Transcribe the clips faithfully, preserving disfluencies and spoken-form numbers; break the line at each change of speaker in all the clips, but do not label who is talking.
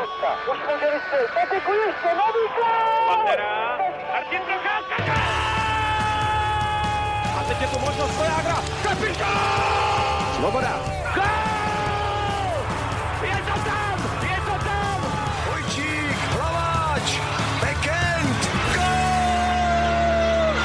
Pětka, už může vystřelit, Patiku ještě, nový gól!
Pantera, Martin Procházka! A teď je tu možnost Vojágra, kapitán!
Svoboda!
Gól! Je to tam, je to tam!
Vojčík, Hlaváč, Bekend, gól!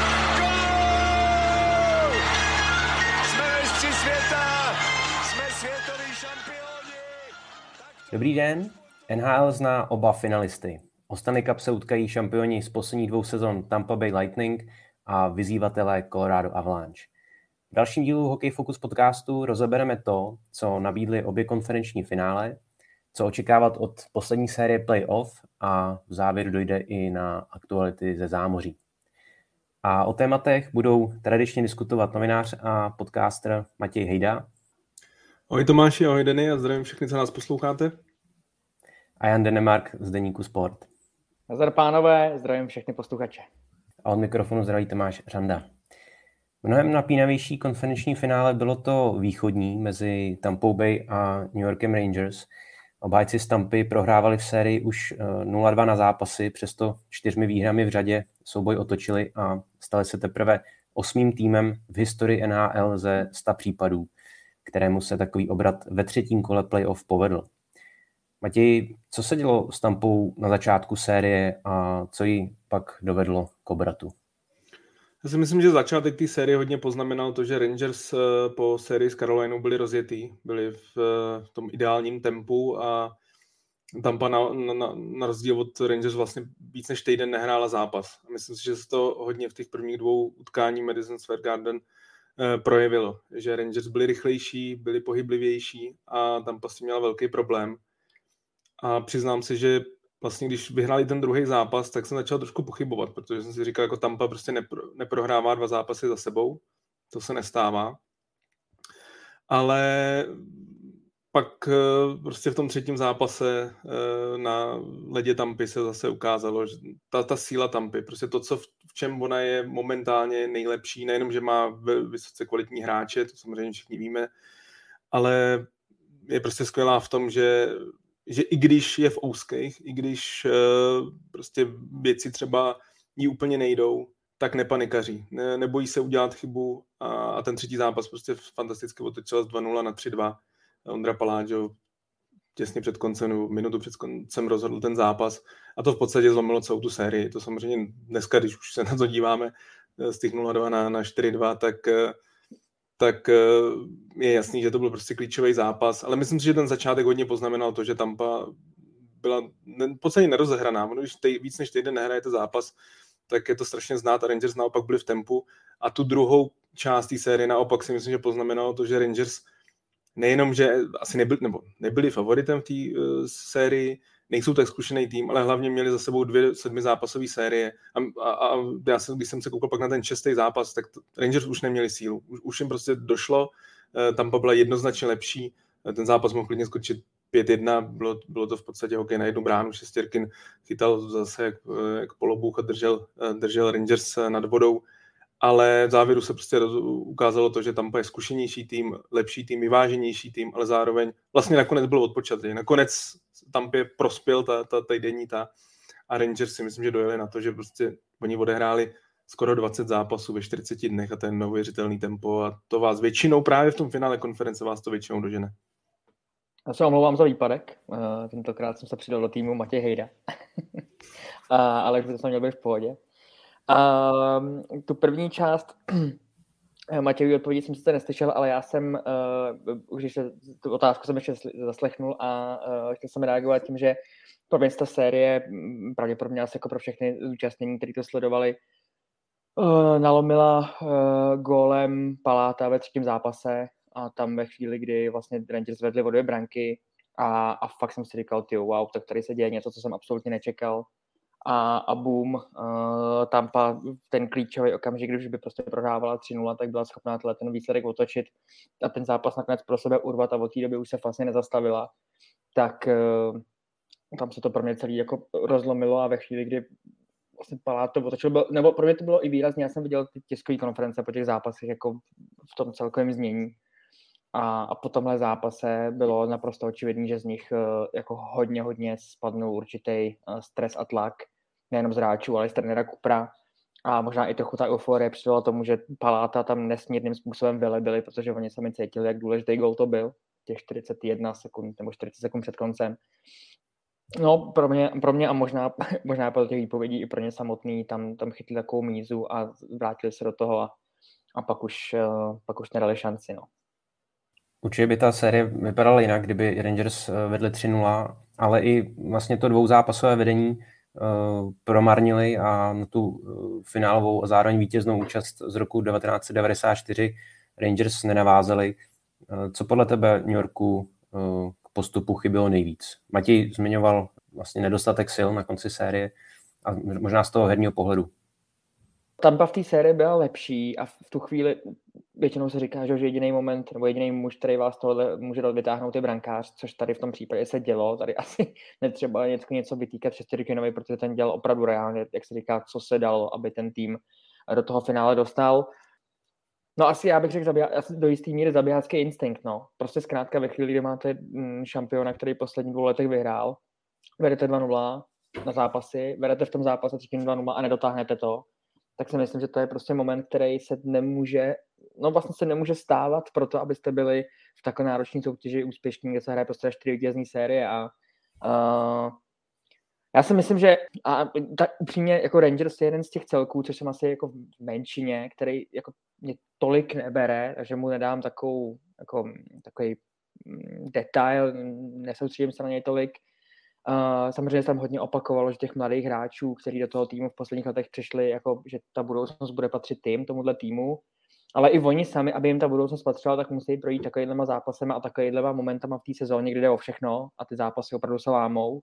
Gól! Jsme mistři světa, jsme světoví šampioni!
Dobrý den, N H L zná oba finalisty. O Stanley Cup se utkají šampioni z posledních dvou sezon Tampa Bay Lightning a vyzývatelé Colorado Avalanche. V dalším dílu Hockey Focus podcastu rozebereme to, co nabídly obě konferenční finále, co očekávat od poslední série playoff a v závěru dojde i na aktuality ze zámoří. A o tématech budou tradičně diskutovat novinář a podcaster Matěj Hejda.
Ahoj Tomáši, ahoj Denny a zdravím všechny, co nás posloucháte.
A Jan Denemark z deníku Sport.
Nazdar pánové, zdravím všechny posluchače.
A od mikrofonu zdraví Tomáš Řanda. Mnohem napínavější konferenční finále bylo to východní mezi Tampou Bay a New Yorkem Rangers. Obhájci z Tampy prohrávali v sérii už nula dva na zápasy, přesto čtyřmi výhrami v řadě souboj otočili a stali se teprve osmým týmem v historii N H L ze sta případů, kterému se takový obrat ve třetím kole playoff povedl. Matěj, co se dělo s Tampou na začátku série a co ji pak dovedlo k obratu?
Já si myslím, že začátek té série hodně poznamenal to, že Rangers po sérii s Carolinou byli rozjetý, byli v, v tom ideálním tempu a Tampa na, na, na rozdíl od Rangers vlastně víc než týden nehrála zápas. A myslím si, že se to hodně v těch prvních dvou utkání Madison Square Garden eh, projevilo, že Rangers byli rychlejší, byli pohyblivější a Tampa si měla velký problém. A přiznám si, že vlastně když vyhráli ten druhý zápas, tak jsem začal trošku pochybovat, protože jsem si říkal, jako Tampa prostě nepro, neprohrává dva zápasy za sebou, to se nestává. Ale pak prostě v tom třetím zápase na ledě Tampy se zase ukázalo, že ta, ta síla Tampy, prostě to, co v, v čem ona je momentálně nejlepší, nejenom, že má vysoce kvalitní hráče, to samozřejmě všichni víme, ale je prostě skvělá v tom, že že i když je v úzkých, i když uh, prostě věci třeba jí úplně nejdou, tak nepanikaří. Ne, nebojí se udělat chybu a, a ten třetí zápas prostě fantasticky otočila z dva nula na tři dva. Ondra Paláčo těsně před koncem, minutu před koncem rozhodl ten zápas a to v podstatě zlomilo celou tu sérii. To samozřejmě dneska, když už se na to díváme z těch nula dva na, na čtyři dva, tak tak je jasný, že to byl prostě klíčový zápas, ale myslím si, že ten začátek hodně poznamenal to, že Tampa byla v podstatě nerozehraná. Když tej, víc než týden nehrajete zápas, tak je to strašně znát a Rangers naopak byli v tempu a tu druhou část té série naopak si myslím, že poznamenalo to, že Rangers nejenom, že asi nebyli, nebo nebyli favoritem v té uh, sérii, nejsou tak zkušený tým, ale hlavně měli za sebou dvě sedmizápasové série. A, a, a já jsem, když jsem se koukal pak na ten šestý zápas, tak to, Rangers už neměli sílu. Už, už jim prostě došlo, Tampa byla jednoznačně lepší, ten zápas mohl klidně skočit pět jedna, bylo, bylo to v podstatě hokej na jednu bránu, Šestěrkin chytal zase jak, jak polobůh a držel, držel Rangers nad vodou, ale v závěru se prostě ukázalo to, že Tampa je zkušenější tým, lepší tým, vyváženější tým, ale zároveň vlastně nakonec bylo odpočatý. Nakonec Tampě prospěl ta, ta týdenní ta a Rangers si myslím, že dojeli na to, že prostě oni odehráli skoro dvacet zápasů ve čtyřiceti dnech a to je neuvěřitelný tempo a to vás většinou právě v tom finále konference vás to většinou dožene.
Já se omlouvám za výpadek, tentokrát jsem se přidal do týmu Matěj Hejda, ale už by to jsem měl být v pohodě. Uh, tu první část Matějový odpovědi jsem sice neslyšel, ale já jsem, uh, už když tu otázku jsem ještě zaslechnul a uh, chtěl jsem reagovat tím, že pro mě ta série, pravděpodobně asi jako pro všechny zúčastnění, kteří to sledovali, uh, nalomila uh, gólem Paláta ve třetím zápase a tam ve chvíli, kdy vlastně Rangers vedli o dvě branky a, a fakt jsem si říkal, ty wow, tak tady se děje něco, co jsem absolutně nečekal. A, a boom, uh, Tampa ten klíčový okamžik, když by prostě prohrávala tři nula, tak byla schopná ten výsledek otočit a ten zápas nakonec pro sebe urvat a od té doby už se vlastně nezastavila. Tak uh, tam se to pro mě celý jako rozlomilo a ve chvíli, kdy vlastně Palát to otočil, nebo pro mě to bylo i výrazně, já jsem viděl ty tiskové konference po těch zápasech jako v tom celkovém znění A, a po tomhle zápase bylo naprosto očividné, že z nich jako hodně, hodně spadnul určitý stres a tlak, nejenom z hráčů, ale i z trenéra Kupra. A možná i trochu ta euforie přidala tomu, že Paláta tam nesmírným způsobem vylebili, protože oni sami cítili, jak důležitý gól to byl, těch čtyřicet jedna sekund nebo čtyřicet sekund před koncem. No, pro mě, pro mě a možná, možná po těch výpovědí i pro ně samotný, tam, tam chytli takovou mízu a vrátili se do toho a, a pak, už, pak už nedali šanci, no.
Určitě by ta série vypadala jinak, kdyby Rangers vedli tři nula, ale i vlastně to dvouzápasové vedení uh, promarnili a na tu uh, finálovou a zároveň vítěznou účast z roku devatenáct set devadesát čtyři Rangers nenavázeli. Uh, co podle tebe New Yorku uh, k postupu chybělo nejvíc? Matěj zmiňoval vlastně nedostatek sil na konci série a možná z toho herního pohledu.
Tampa v té sérii byla lepší a v tu chvíli většinou se říká, že jediný moment nebo jediný muž, který vás tohle může vytáhnout, je brankář, což tady v tom případě se dělo. Tady asi netřeba něco, něco vytýkat Šestěrkinovi, protože ten dělal opravdu reálně, jak se říká, co se dalo, aby ten tým do toho finále dostal. No asi já bych řekl zaběha, asi do jistý míry zaběhácký instinkt. No. Prostě zkrátka ve chvíli, kdy máte šampiona, který poslední dvou letech vyhrál, vedete dva nula na zápasy, vedete v tom zápase třetím dva nula a nedotáhnete to, tak si myslím, že to je prostě moment, který se nemůže, no vlastně se nemůže stávat proto, abyste byli v takové náročné soutěži úspěšní, kde se hraje prostě čtyři vítězní série a uh, já si myslím, že a tak upřímně jako Rangers je jeden z těch celků, což jsem asi jako v menšině, který jako mě tolik nebere, takže mu nedám takovou, jako, takový detail, nesoustředím se na něj tolik. Uh, samozřejmě se tam hodně opakovalo, že těch mladých hráčů, kteří do toho týmu v posledních letech přišli, jako, že ta budoucnost bude patřit tým, tomuhle týmu, ale i oni sami, aby jim ta budoucnost patřila, tak musí projít takovýhlema zápasema a takovýhlema momentama v té sezóně, kde jde o všechno a ty zápasy opravdu se lámou.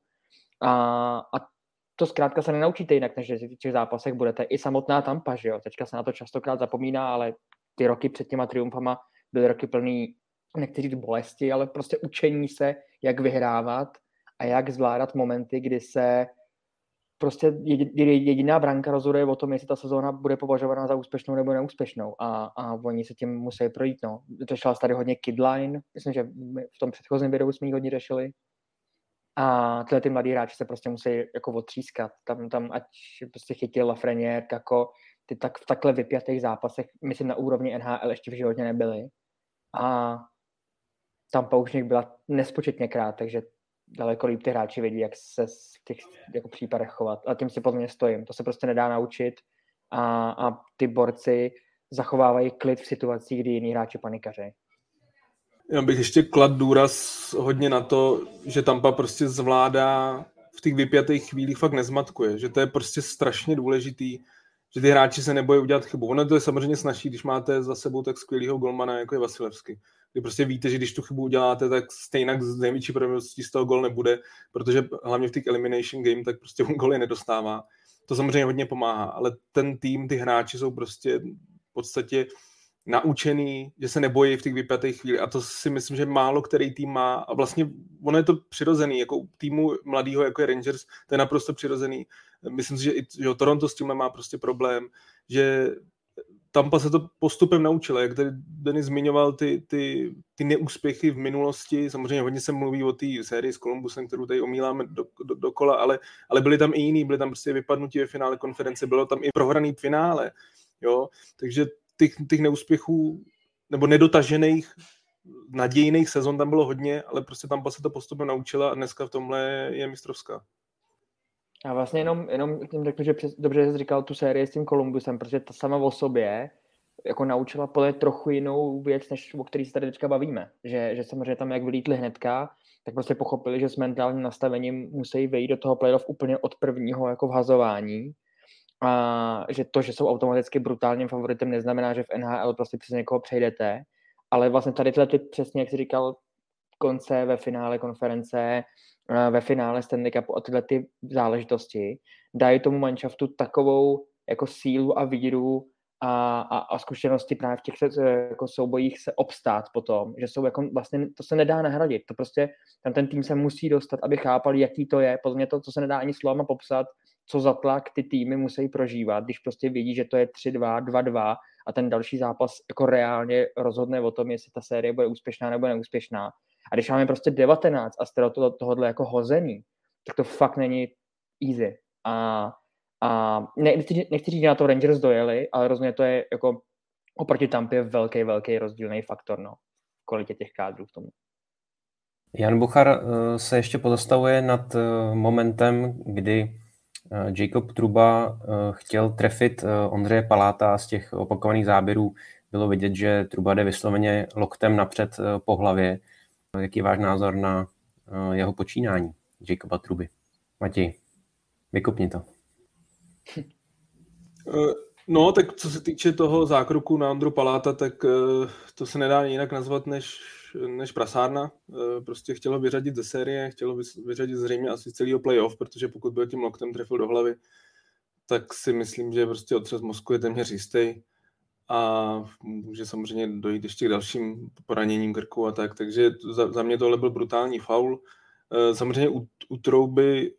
A, a to zkrátka se nenaučíte jinak, než že v těch zápasech budete. I samotná Tampa, že jo, teďka se na to častokrát zapomíná, ale ty roky před těma triumfama byly roky plný, nechci říct bolesti, ale prostě učení se, jak vyhrávat a jak zvládat momenty, kdy se prostě jediná branka rozhoduje o tom, jestli ta sezóna bude považovaná za úspěšnou nebo neúspěšnou a, a oni se tím musí projít. No. Řešila se tady hodně kidline, myslím, že v tom předchozím videu jsme ji hodně řešili. A tyhle ty mladí hráči se prostě musí jako otřískat. Tam, tam ať prostě chytil Lafreniere, jako ty tak v takhle vypjatých zápasech, myslím na úrovni N H L ještě v životě nebyly. A Tampa už nich byla nespočetněkrát, takže daleko líp ty hráči vědí, jak se v těch jako případech chovat. A tím si podle mě stojím. To se prostě nedá naučit a, a ty borci zachovávají klid v situacích, kdy jiní hráči panikaří.
Já bych ještě klad důraz hodně na to, že Tampa prostě zvládá v těch vypjatých chvílích fakt nezmatkuje, že to je prostě strašně důležitý, že ty hráči se nebojí udělat chybu. Ono to je samozřejmě snazší, když máte za sebou tak skvělýho golmana, jako je Vasilevský. Kdy prostě víte, že když tu chybu uděláte, tak stejně z největší pravděpodobností z toho gol nebude, protože hlavně v těch elimination game, tak prostě on goly nedostává. To samozřejmě hodně pomáhá, ale ten tým, ty hráči jsou prostě v podstatě naučený, že se nebojí v těch vypjatých chvíli a to si myslím, že málo který tým má a vlastně ono je to přirozený, jako týmu mladýho, jako je Rangers, to je naprosto přirozený. Myslím si, že i že Toronto s tímhle má prostě problém, že Tampa se to postupem naučila, jak tady Denis zmiňoval ty, ty, ty neúspěchy v minulosti, samozřejmě hodně se mluví o té sérii s Columbusem, kterou tady omíláme do, do, dokola, ale, ale byly tam i jiný, byly tam prostě vypadnutí ve finále konference, bylo tam i prohraný finále, jo, takže těch, těch neúspěchů nebo nedotažených nadějných sezon tam bylo hodně, ale prostě Tampa se to postupem naučila a dneska v tomhle je mistrovská.
Já vlastně jenom, jenom tím řeknu, že přes, dobře jsi říkal tu sérii s tím Columbusem, protože ta sama o sobě jako naučila podle trochu jinou věc, než o který se tady teďka bavíme. Že, že samozřejmě tam jak vylítli hnedka, tak prostě pochopili, že s mentálním nastavením musí vejít do toho playoff úplně od prvního jako vhazování. A že to, že jsou automaticky brutálním favoritem, neznamená, že v N H L prostě přes někoho přejdete, ale vlastně tady tyhle ty přesně, jak jsi říkal, konce ve finále konference, ve finále Stanley Cupu a tyhle ty záležitosti dají tomu manšaftu takovou jako sílu a víru a, a, a zkušenosti právě v těch jako soubojích se obstát potom, že jsou jako vlastně, to se nedá nahradit, to prostě tam ten tým se musí dostat, aby chápali, jaký to je, podle mě to, co se nedá ani slovama popsat, co za tlak ty týmy musí prožívat, když prostě vidí, že to je tři dva, dva dva a ten další zápas jako reálně rozhodne o tom, jestli ta série bude úspěšná nebo neúspěšná. A když máme prostě devatenáct a jste do tohohle jako hozený, tak to fakt není easy. A, a ne, nechci, nechci říct, že na to Rangers dojeli, ale rozhodně to je jako oproti Tampě velký, velký rozdílný faktor, no, v kvalitě těch kádrů v tom.
Jan Buchar se ještě pozastavuje nad momentem, kdy Jacob Trouba chtěl trefit Ondřeje Paláta a z těch opakovaných záběrů bylo vidět, že Trouba jde vysloveně loktem napřed po hlavě. Jaký je váš názor na jeho počínání Jacoba Trouby? Matěj, vykopni to.
No, tak co se týče toho zákroku na Ondru Paláta, tak to se nedá jinak nazvat než, než prasárna. Prostě chtělo vyřadit ze série, chtělo vyřadit zřejmě asi celýho playoff, protože pokud by tím loktem trefil do hlavy, tak si myslím, že prostě otřes mozku je téměř jistý a může samozřejmě dojít ještě k dalším poraněním krku a tak, takže za, za mě tohle byl brutální faul. Samozřejmě u, u Trouby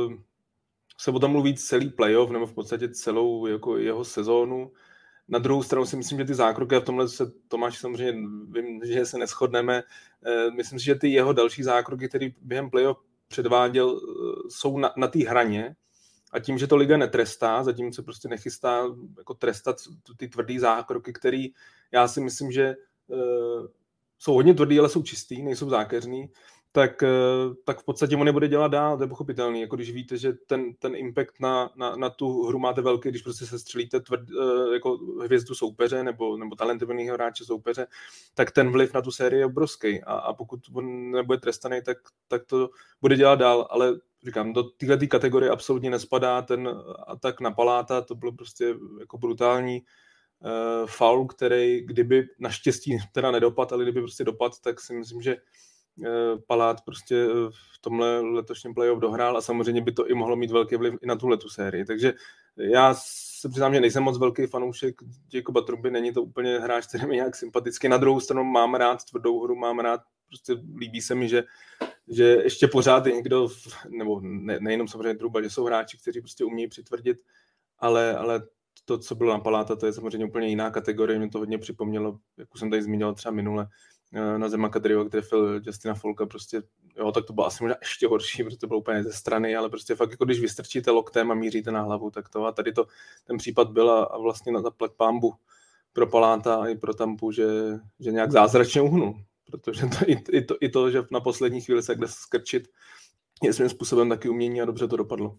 se o tom mluví celý playoff, nebo v podstatě celou jako jeho sezónu. Na druhou stranu si myslím, že ty zákroky, a v tomhle se Tomáš samozřejmě vím, že se neshodneme, myslím si, že ty jeho další zákroky, které během playoff předváděl, jsou na, na té hraně a tím, že to liga netrestá, zatímco prostě nechystá jako trestat ty tvrdý zákroky, které já si myslím, že uh, jsou hodně tvrdý, ale jsou čistý, nejsou zákeřný, tak, tak v podstatě on nebude dělat dál, to je pochopitelný, jako když víte, že ten, ten impact na, na, na tu hru máte velký, když prostě se střelíte tvrd, jako hvězdu soupeře nebo, nebo talentovaného hráče soupeře, tak ten vliv na tu sérii je obrovský a, a pokud on nebude trestaný, tak, tak to bude dělat dál, ale říkám, do této kategorie absolutně nespadá ten atak na Paláta, to bylo prostě jako brutální uh, faul, který kdyby naštěstí teda nedopad, ale kdyby prostě dopad, tak si myslím, že Palát prostě v tomhle letošním playoff dohrál a samozřejmě by to i mohlo mít velký vliv i na tuhletu sérii. Takže já se přiznám, že nejsem moc velký fanoušek Jacoba Trouby, není to úplně hráč, který mi nějak sympatický. Na druhou stranu mám rád tvrdou hru, mám rád, prostě líbí se mi, že, že ještě pořád je někdo, nebo ne, nejenom samozřejmě Trouba, že jsou hráči, kteří prostě umějí přitvrdit, ale, ale to, co bylo na Paláta, to je samozřejmě úplně jiná kategorie, mě to hodně připomnělo, jak už jsem tady zmínil třeba minule, na Zema Kadriho, kde trefil Justina Folka, prostě, jo, tak to bylo asi možná ještě horší, protože to bylo úplně ze strany, ale prostě fakt, jako když vystrčíte loktem a míříte na hlavu, tak to a tady to, ten případ byl a vlastně na zaplať pánbu pro Paláta a i pro Tampu, že, že nějak zázračně uhnul, protože to, i, i, to, i to, že na poslední chvíli se kde skrčit, je svým způsobem taky umění a dobře to dopadlo.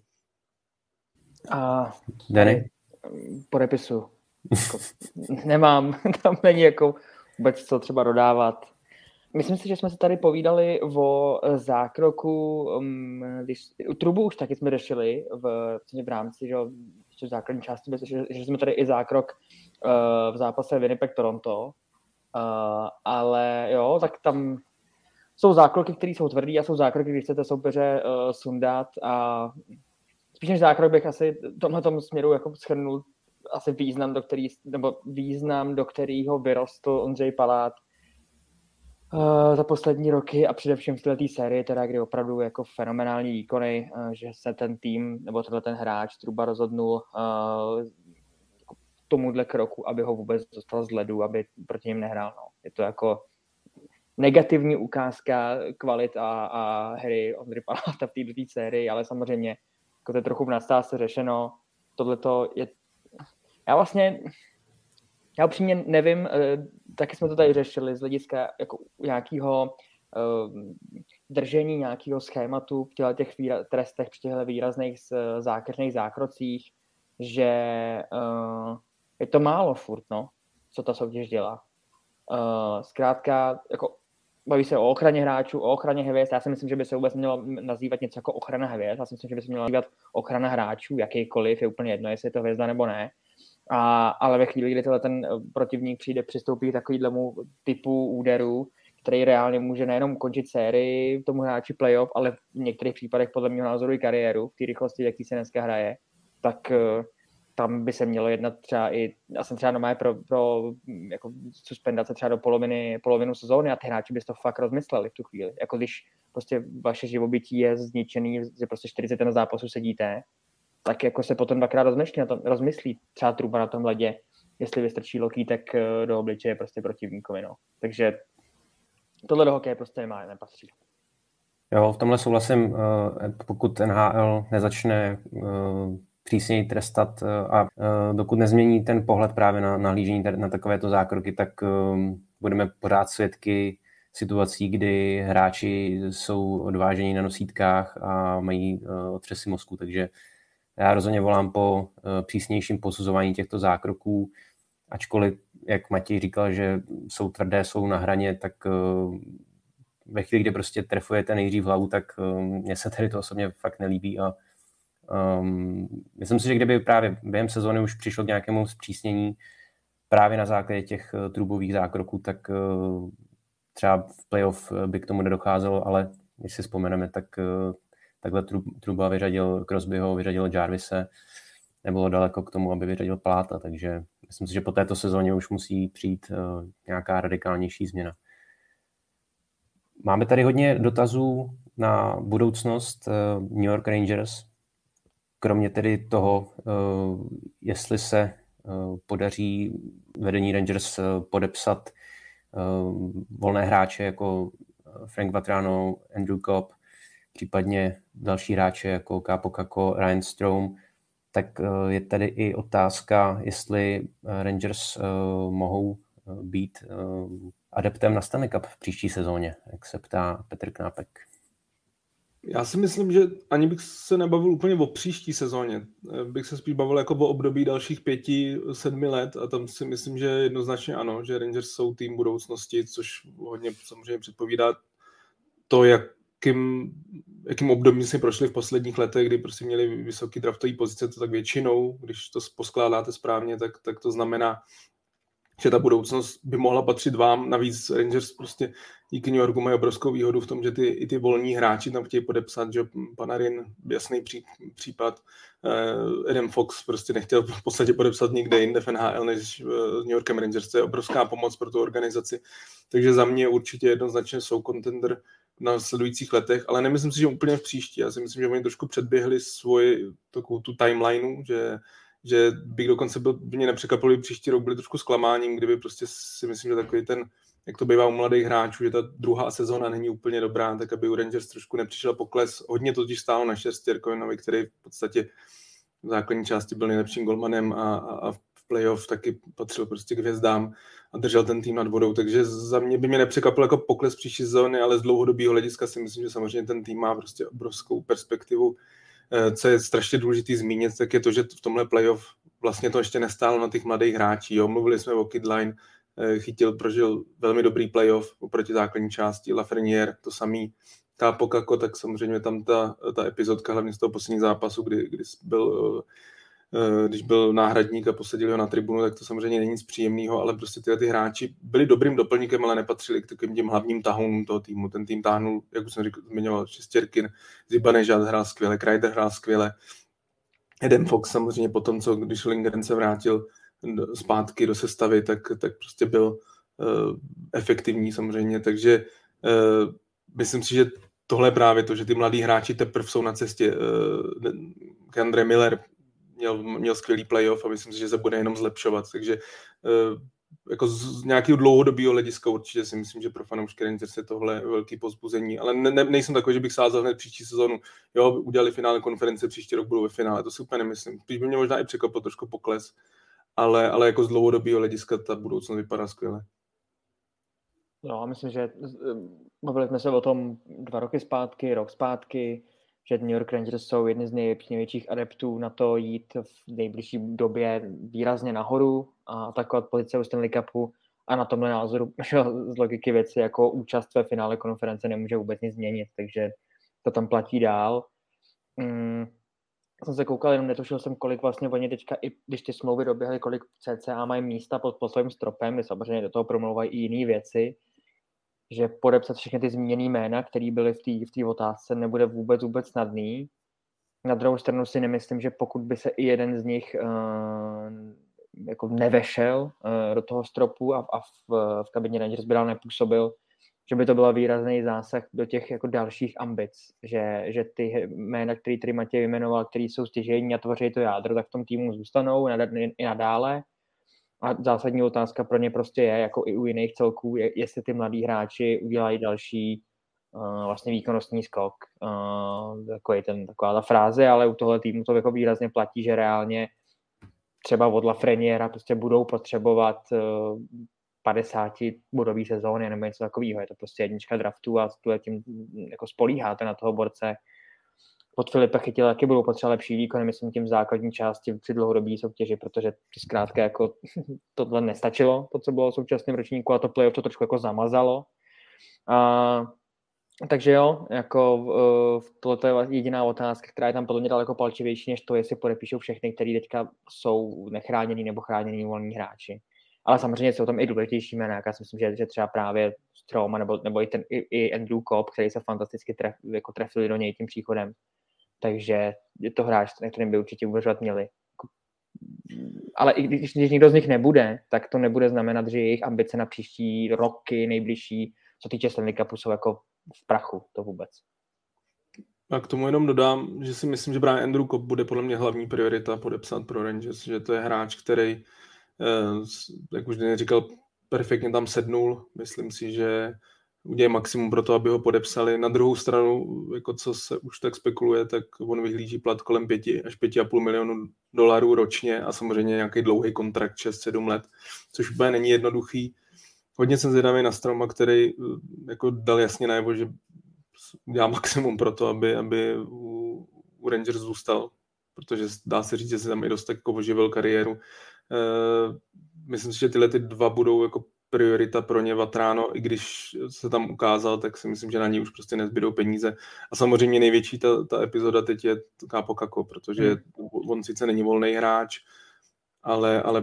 A
Danny?
Podepisu. Jako, nemám, tam není jako vůbec co třeba dodávat. Myslím si, že jsme se tady povídali o zákroku, když, u Troubu už taky jsme řešili v, v rámci, že v základní části, že, že jsme tady i zákrok uh, v zápase Winnipeg-Toronto, uh, ale jo, tak tam jsou zákroky, které jsou tvrdý a jsou zákroky, když chcete soupeře uh, sundat a spíš než zákrok bych asi v tomhletom směru jako shrnul asi význam, do který, nebo význam, do kterého vyrostl Ondřej Palát uh, za poslední roky a především v této sérii, teda, kdy opravdu jako fenomenální výkony, uh, že se ten tým, nebo tenhle ten hráč Trouba rozhodnul uh, k tomuhle kroku, aby ho vůbec dostal z ledu, aby proti něm nehrál. No. Je to jako negativní ukázka kvalit a, a hry Ondřeje Paláta v této sérii, ale samozřejmě jako to je trochu v nadstávce řešeno. Tohleto je Já vlastně, já upřímně nevím, taky jsme to tady řešili z hlediska jako nějakého uh, držení nějakého schématu v těchto těch výra- trestech, při těchto výrazných zákeřných zákrocích, že uh, je to málo furt, no, co ta soutěž dělá. Uh, zkrátka, jako baví se o ochraně hráčů, o ochraně hvězd. Já si myslím, že by se vůbec mělo nazývat něco jako ochrana hvězd. Já si myslím, že by se mělo nazývat ochrana hráčů, jakýkoliv, je úplně jedno, jestli je to hvězda nebo ne. A, ale ve chvíli, kdy tenhle ten protivník přijde, přistoupí k takovému typu úderu, který reálně může nejenom končit sérii tomu hráči playoff, ale v některých případech podle mého názoru i kariéru, v té rychlosti, jaký se dneska hraje, tak tam by se mělo jednat třeba i, já jsem třeba normálně pro, pro jako suspendace třeba do poloviny, polovinu sezóny a ty hráči by to fakt rozmysleli v tu chvíli. Jako když prostě vaše živobytí je zničený, že prostě čtyřicet na zápasu sedíte, tak jako se potom dvakrát rozmyslí, na tom, rozmyslí třeba Trouba na tom ledě, jestli vystrčí lokýtek do obličeje prostě protivníkovi. No. Takže tohle do hokeje prostě má, nepatří.
Jo, v tomhle souhlasím, pokud N H L nezačne přísněji trestat a dokud nezmění ten pohled právě na nahlížení na takovéto zákroky, tak budeme pořád svědky situací, kdy hráči jsou odváženi na nosítkách a mají otřesy mozku, takže já rozhodně volám po přísnějším posuzování těchto zákroků, ačkoliv, jak Matěj říkal, že jsou tvrdé, jsou na hraně, tak ve chvíli, kdy prostě trefujete nejdřív hlavu, tak mně se tady to osobně fakt nelíbí a um, myslím si, že kdyby právě během sezóny už přišlo k nějakému zpřísnění právě na základě těch trubových zákroků, tak uh, třeba v playoff by k tomu nedocházelo, ale když si vzpomeneme, tak uh, takhle Trouba vyřadil Crosbyho, vyřadil Jarvise, nebylo daleko k tomu, aby vyřadil Pláta, takže myslím si, že po této sezóně už musí přijít uh, nějaká radikálnější změna. Máme tady hodně dotazů na budoucnost uh, New York Rangers, kromě tedy toho, uh, jestli se uh, podaří vedení Rangers uh, podepsat uh, volné hráče jako Frank Vatrano, Andrew Copp, případně další hráče jako Kaapo Kakko, Ryan Strome, tak uh, je tady i otázka, jestli Rangers uh, mohou být uh, adeptem na Stanley Cup v příští sezóně, jak se ptá Petr Knápek.
Já si myslím, že ani bych se nebavil úplně o příští sezóně. Bych se spíš bavil jako o období dalších pěti, sedmi let a tam si myslím, že jednoznačně ano, že Rangers jsou tým budoucnosti, což hodně samozřejmě předpovídá to, jakým, jakým obdobím si prošli v posledních letech, kdy prostě měli vysoký draftový pozice, to tak většinou, když to poskládáte správně, tak, tak to znamená, že ta budoucnost by mohla patřit vám. Navíc Rangers prostě díky New Yorku mají obrovskou výhodu v tom, že ty, i ty volní hráči tam chtějí podepsat, že Panarin, jasný pří, případ, uh, Adam Fox prostě nechtěl v podstatě podepsat nikde jinde v N H L než uh, New Yorkem Rangers. To je obrovská pomoc pro tu organizaci. Takže za mě určitě jednoznačně jsou contender na sledujících letech, ale nemyslím si, že úplně v příští. Já si myslím, že oni trošku předběhli svoji takovou tu timelineu, že že bych dokonce byl, by mě nepřekvapilo, příští rok byli trošku zklamáním, kdyby prostě si myslím, že takový ten, jak to bývá u mladých hráčů, že ta druhá sezóna není úplně dobrá, tak aby u Rangers trošku nepřišel pokles. Hodně to totiž stálo na Štěrkovinovi, který v podstatě v základní části byl nejlepším golmanem a, a v playoff taky patřil prostě k hvězdám a držel ten tým nad vodou, takže za mě by mě nepřekvapil jako pokles příští sezóny, ale z dlouhodobého hlediska si myslím, že samozřejmě ten tým má prostě obrovskou perspektivu. Co je strašně důležitý zmínit, tak je to, že v tomhle playoff vlastně to ještě nestálo na těch mladých hráčích. Jo. Mluvili jsme o Kidline, chytil, prožil velmi dobrý playoff oproti základní části, Lafreniere, to samý, Kaapo Kakko, tak samozřejmě tam ta, ta epizodka, hlavně z toho posledního zápasu, kdy, kdy byl, když byl náhradník a posadili ho na tribunu, tak to samozřejmě není nic příjemného, ale prostě tyhle ty hráči byli dobrým doplníkem, ale nepatřili k takovým těm hlavním tahounům toho týmu. Ten tým táhnul, jak už jsem říkal, zmiňoval, Šestěrkin, Zibanejad hrál skvěle, Kreider hrál skvěle, Adam Fox samozřejmě potom, co když Lindgren se vrátil zpátky do sestavy, tak, tak prostě byl uh, efektivní samozřejmě, takže uh, myslím si, že tohle je právě to, že ty mladí hráči teprve jsou na cestě. Uh, K'Andre Miller Měl, měl skvělý playoff a myslím si, že se bude jenom zlepšovat, takže uh, jako z nějakého dlouhodobého hlediska určitě si myslím, že pro fanoušky Rangers je tohle velký povzbuzení, ale ne, ne, nejsem takový, že bych sázel hned příští sezonu, jo, udělali finále konference, příští rok budou ve finále, to si úplně nemyslím, spíš by mě možná i překvapil trošku pokles, ale, ale jako z dlouhodobého hlediska ta budoucnost vypadá skvěle.
No a myslím, že bavili jsme se o tom dva roky zpátky, rok zpátky, že New York Rangers jsou jedni z největších adeptů na to jít v nejbližší době výrazně nahoru a atakovat pozice u Stanley Cupu a na tomhle názoru z logiky věci jako účast ve finále konference nemůže vůbec nic změnit, takže to tam platí dál. Hmm. Jsem se koukal, jenom netušil jsem, kolik vlastně oni teďka, i když ty smlouvy doběhly, kolik cca mají místa pod, pod svým stropem, samozřejmě do toho promlouvají i jiné věci, že podepsat všechny ty zmíněné jména, které byly v té v té otázce, nebude vůbec vůbec snadný. Na druhou stranu si nemyslím, že pokud by se i jeden z nich uh, jako nevešel uh, do toho stropu a, a v, v kabině Rangers by dál nepůsobil, že by to byl výrazný zásah do těch jako dalších ambic, že, že ty jména, které tady Matěj vyjmenoval, které jsou stěžejní a tvoří to jádro, tak v tom týmu zůstanou i nadále. A zásadní otázka pro ně prostě je, jako i u jiných celků, je, jestli ty mladí hráči udělají další uh, vlastně výkonnostní skok. Uh, takový ten, taková ta fráze, ale u tohle týmu to jako výrazně platí, že reálně třeba od Lafreniera prostě budou potřebovat uh, padesát bodový sezóny nebo něco takového. Je to prostě jednička draftu a tím jako spolíháte na toho borce. Pod Filipa Chytila taky budou potřeba lepší výkony, myslím tím v základní části při dlouhodobé soutěži, protože to zkrátka jako tohle nestačilo, to, co bylo v současném ročníku, a to playoff to trošku jako zamazalo. A, takže jo, jako uh, tohle je jediná otázka, která je tam podle mě daleko palčivější, než to, jestli podepíšou všechny, kteří teďka jsou nechráněný nebo chráněný volní hráči. Ale samozřejmě jsou tam i důležitější jména, já si myslím, že, že třeba právě Stroma nebo, nebo i, ten, i, i Andrew Cobb, který se fantasticky tref, jako trefili do něj tím příchodem. Takže je to hráč, na kterým by určitě uvažovat měli. Ale i když, když někdo z nich nebude, tak to nebude znamenat, že jejich ambice na příští roky, nejbližší, co týče Stanley Cupu, jsou jako v prachu, to vůbec.
A k tomu jenom dodám, že si myslím, že právě Andrew Cobb bude podle mě hlavní priorita podepsat pro Rangers, že to je hráč, který, jak už Denis říkal, perfektně tam sednul. Myslím si, že udělají maximum pro to, aby ho podepsali. Na druhou stranu, jako co se už tak spekuluje, tak on vyhlíží plat kolem pěti až pěti a půl milionu dolarů ročně a samozřejmě nějaký dlouhý kontrakt šest sedm let, což úplně není jednoduchý. Hodně jsem zvědavý na Stroma, který jako dal jasně najevo, že dělá maximum pro to, aby, aby u, u Rangers zůstal, protože dá se říct, že se tam i dost jako oživil kariéru. E, myslím si, že tyhle ty dva budou jako priorita pro ně. Vatrano, i když se tam ukázal, tak si myslím, že na něj už prostě nezbydou peníze. A samozřejmě největší ta, ta epizoda teď je Kaapo Kakko, protože hmm. on sice není volný hráč, ale, ale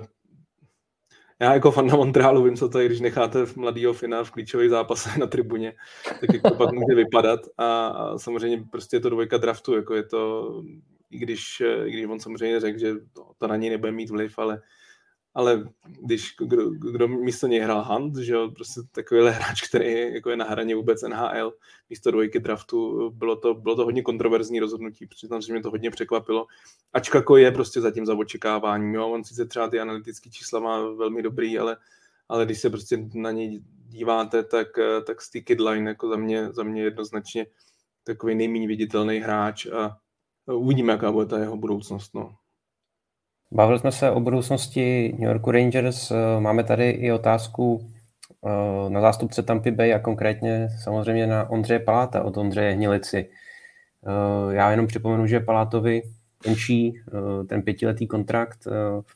já jako fan na Montrealu vím, co to je, když necháte v mladýho Fina v klíčových zápasech na tribuně, tak jak to pak může vypadat. A, a samozřejmě prostě je to dvojka draftu, jako je to, i když, i když on samozřejmě řekl, že to, to na něj nebude mít vliv, ale ale když kdo, kdo místo něj hrál Hunt, že jo, prostě takovýhle hráč, který jako je na hraně vůbec N H L, místo dvojky draftu, bylo to, bylo to hodně kontroverzní rozhodnutí, přiznám, že mě to hodně překvapilo. Ačkako je prostě zatím za očekáváním, jo, on sice třeba ty analytické čísla má velmi dobrý, ale, ale když se prostě na něj díváte, tak, tak z Ticket Line jako za mě, za mě jednoznačně takový nejméně viditelný hráč a uvidíme, jaká bude ta jeho budoucnost, no.
Bavili jsme se o budoucnosti New Yorku Rangers. Máme tady i otázku na zástupce Tampy Bay a konkrétně samozřejmě na Ondřeje Paláta od Ondřeje Hnilici. Já jenom připomenu, že Palátovi končí ten pětiletý kontrakt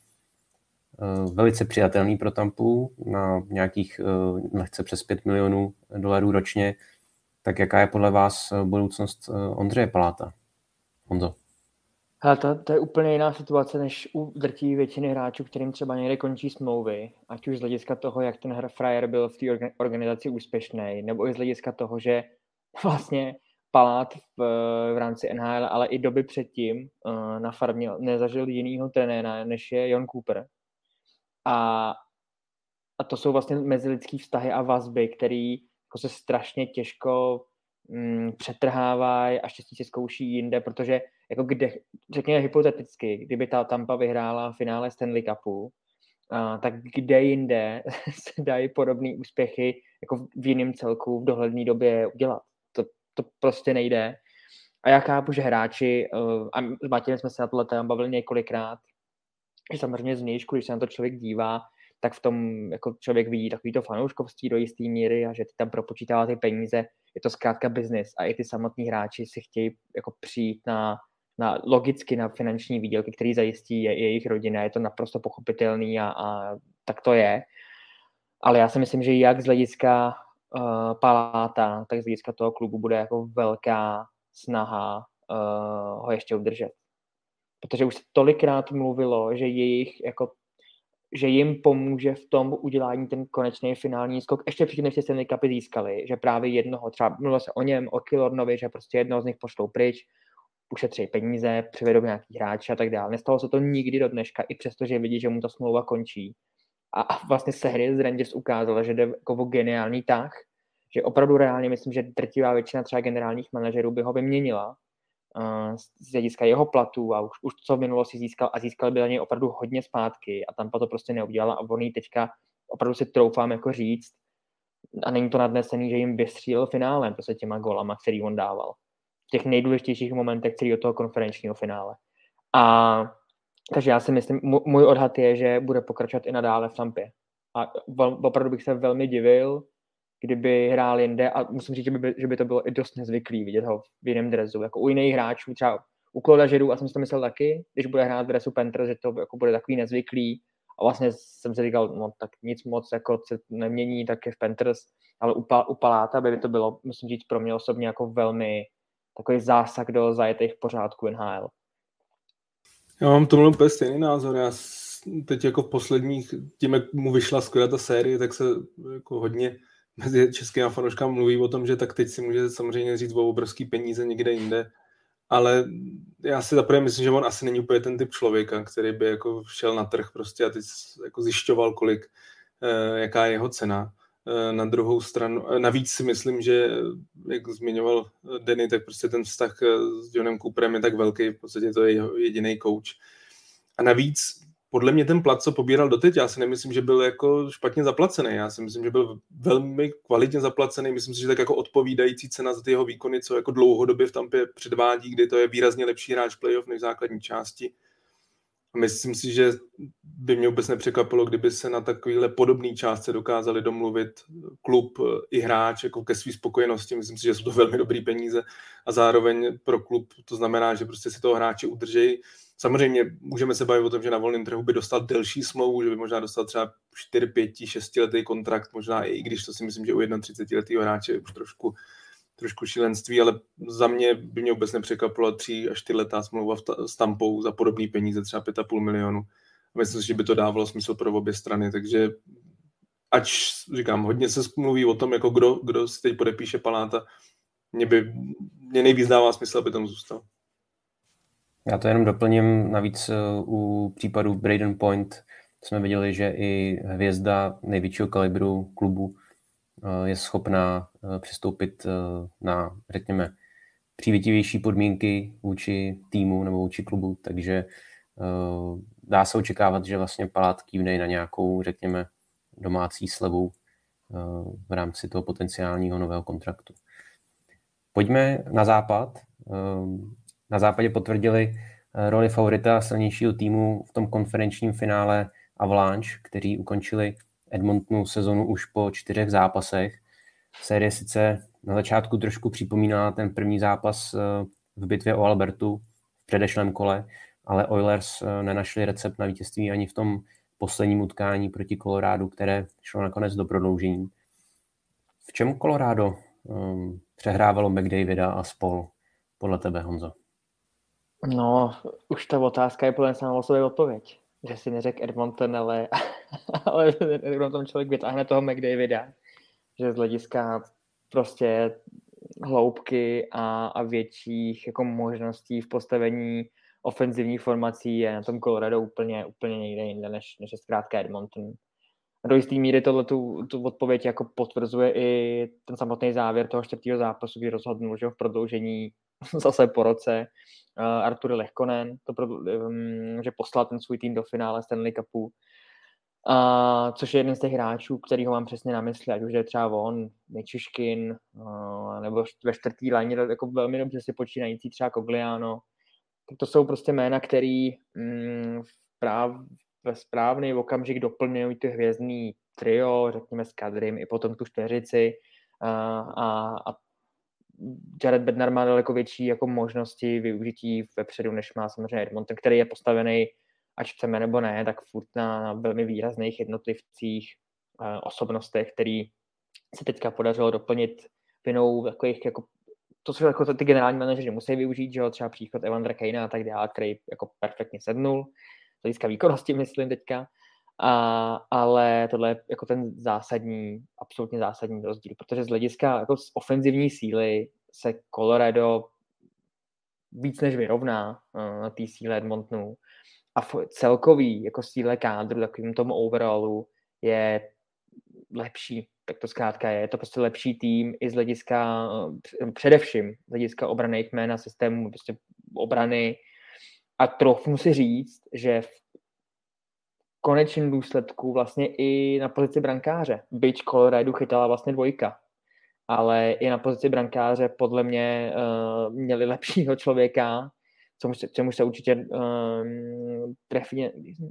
velice přijatelný pro Tampu na nějakých lehce přes pět milionů dolarů ročně. Tak jaká je podle vás budoucnost Ondřeje Paláta? Honzo.
Ale to, to je úplně jiná situace, než u drtivé většiny hráčů, kterým třeba někde končí smlouvy, ať už z hlediska toho, jak ten frajer byl v té organizaci úspěšný, nebo i z hlediska toho, že vlastně Palát v, v rámci N H L, ale i doby předtím na farmě nezažil jinýho trenéra, než je Jon Cooper. A, a to jsou vlastně mezilidský vztahy a vazby, které jako se strašně těžko mm, přetrhávají a štěstí si zkouší jinde, protože jako kde, řekněme hypoteticky, kdyby ta Tampa vyhrála finále Stanley Cupu, uh, tak kde jinde se dají podobné úspěchy jako v jiném celku v dohledné době udělat. To, to prostě nejde. A já chápu, že hráči, uh, a s Matějem jsme se na tohle téma bavili několikrát, že samozřejmě zvnějšku, když se na to člověk dívá, tak v tom jako člověk vidí takovýto fanouškovství do jisté míry a že ty tam propočítává ty peníze. Je to zkrátka biznis a i ty samotní hráči si chtějí jako přijít na Na, logicky na finanční výdělky, který zajistí je, jejich rodina. Je to naprosto pochopitelný a, a tak to je. Ale já si myslím, že jak z hlediska uh, Paláta, tak z hlediska toho klubu bude jako velká snaha uh, ho ještě udržet. Protože už se tolikrát mluvilo, že jejich jako že jim pomůže v tom udělání ten konečný finální skok. Ještě předtím, než se Stanley Cupy získali, že právě jednoho, třeba mluvilo se o něm, o Killornovi, že prostě jednoho z nich pošlou pryč, ušetří peníze, přivedou nějaký hráče a tak dále. Nestalo se to nikdy do dneška, i přesto, že vidí, že mu ta smlouva končí. A vlastně série z Rangers ukázala, že jde jako o geniální tah, že opravdu reálně myslím, že drtivá většina třeba generálních manažerů by ho vyměnila. z hlediska jeho platu a už, už co v minulosti získal a získal by za něj opravdu hodně zpátky a Tampa to prostě neudělala a on jí teďka opravdu si troufám jako říct a není to nadnesený, že jim vystřílil finálem prostě těma golama, který on dával. V těch nejdůležitějších momentech celého toho konferenčního finále. A takže já si myslím, můj odhad je, že bude pokračovat i nadále v Tampě. A opravdu bych se velmi divil, kdyby hrál jinde a musím říct, že by, že by to bylo i dost nezvyklý vidět ho v jiném dresu. Jako u jiných hráčů, třeba u Clauda Giroux, a jsem si to myslel taky, když bude hrát v dresu Panthers, že to jako bude takový nezvyklý. A vlastně jsem si říkal, no tak nic moc jako se nemění, tak je v Panthers, ale u, u Paláta by to bylo, musím říct, pro mě osobně jako velmi takový zásah do zajetých pořádků N H L.
Já mám tomu úplně stejný názor. Já teď jako v posledních, tím, jak mu vyšla skvělá ta série, tak se jako hodně mezi českými fanouškami mluví o tom, že tak teď si může samozřejmě říct o obrovský peníze někde jinde, ale já si zaprvé myslím, že on asi není úplně ten typ člověka, který by jako šel na trh prostě a teď jako zjišťoval, kolik, eh, jaká je jeho cena. Eh, na druhou stranu, navíc si myslím, že jak zmiňoval Denny, tak prostě ten vztah s Johnem Cooperem je tak velký, v podstatě to je jeho jediný coach. A navíc podle mě ten plat, co pobíral doteď, já si nemyslím, že byl jako špatně zaplacený. Já si myslím, že byl velmi kvalitně zaplacený. Myslím si, že tak jako odpovídající cena za ty jeho výkony, co jako dlouhodobě v Tampě předvádí, kdy to je výrazně lepší hráč playoff než v základní části. A myslím si, že by mě vůbec nepřekvapilo, kdyby se na takovýhle podobný částce dokázali domluvit klub i hráč jako ke své spokojenosti. Myslím si, že jsou to velmi dobrý peníze a zároveň pro klub to znamená, že prostě si toho hráče udržejí. Samozřejmě můžeme se bavit o tom, že na volném trhu by dostal delší smlouvu, že by možná dostal třeba čtyři, pět, šest letý kontrakt, možná i když to si myslím, že u třicet jedna letého hráče je už trošku, trošku šílenství, ale za mě by mě vůbec nepřekvapilo tři až čtyři letá smlouva s Tampou za podobný peníze, třeba pět a půl milionu. A myslím si, že by to dávalo smysl pro obě strany, takže ač říkám, hodně se mluví o tom, jako kdo, kdo si teď podepíše Paláta, mě by mě nejvíc dává smysl, aby tam zůstal.
Já to jenom doplním, navíc u případu Braden Point jsme viděli, že i hvězda největšího kalibru klubu je schopná přistoupit na, řekněme, přívětivější podmínky vůči týmu nebo vůči klubu, takže dá se očekávat, že vlastně Palát kývne na nějakou, řekněme, domácí slevu v rámci toho potenciálního nového kontraktu. Pojďme na západ. Na západě potvrdili roli favorita silnějšího týmu v tom konferenčním finále Avalanche, kteří ukončili Edmontonu sezonu už po čtyřech zápasech. Série sice na začátku trošku připomíná ten první zápas v bitvě o Albertu v předešlém kole, ale Oilers nenašli recept na vítězství ani v tom posledním utkání proti Colorádu, které šlo nakonec do prodloužení. V čem Colorado um, přehrávalo McDavida a spol podle tebe, Honzo?
No, už ta otázka je podle sama o sobě odpověď. Že si neřekl Edmonton, ale, ale Edmonton člověk vytáhne toho McDavida. Že z hlediska prostě hloubky a, a větších jako možností v postavení ofenzivních formací je na tom Colorado úplně, úplně někde jinde, než, než je zkrátka Edmonton. Do jistý míry tohle tu, tu odpověď jako potvrzuje i ten samotný závěr toho čtvrtého zápasu, kdy rozhodnul, že v prodloužení zase po roce uh, Arturi Lehkonen, to, um, že poslal ten svůj tým do finále Stanley Cupu, uh, což je jeden z těch hráčů, který ho mám přesně na mysli, ať už je třeba on, Ničiškin, uh, nebo ve čtvrtý léně jako velmi dobře si počínající třeba Cogliano. To jsou prostě jména, který um, práv, ve správný okamžik doplňují ty hvězdný trio, řekněme s Kadrym, i potom tu čtveřici uh, a, a Jared Bednar má daleko větší jako možnosti využití vepředu, než má samozřejmě Edmonton, který je postavený, ať chceme nebo ne, tak furt na, na velmi výrazných jednotlivcích, uh, osobnostech, který se teďka podařilo doplnit vinou takových jako to, co jako ty generální manažeři musí využít, že jo, třeba příchod Evandra Kejna a tak dále, který jako perfektně sednul, z hlediska výkonnosti, myslím teďka, a, ale tohle je jako ten zásadní, absolutně zásadní rozdíl, protože z hlediska jako z ofenzivní síly se Colorado víc než vyrovná uh, na té síle Edmontonu a v celkový jako síle kádru, takovým tomu overallu je lepší. Tak to zkrátka je. Je to prostě lepší tým i z hlediska, především z hlediska obraných jména, systému, prostě obrany. A troufnu si říct, že v konečném důsledku vlastně i na pozici brankáře. Byť Colorado chytala vlastně dvojka. Ale i na pozici brankáře podle mě uh, měli lepšího člověka, čemuž se, čemu se určitě um, trefí.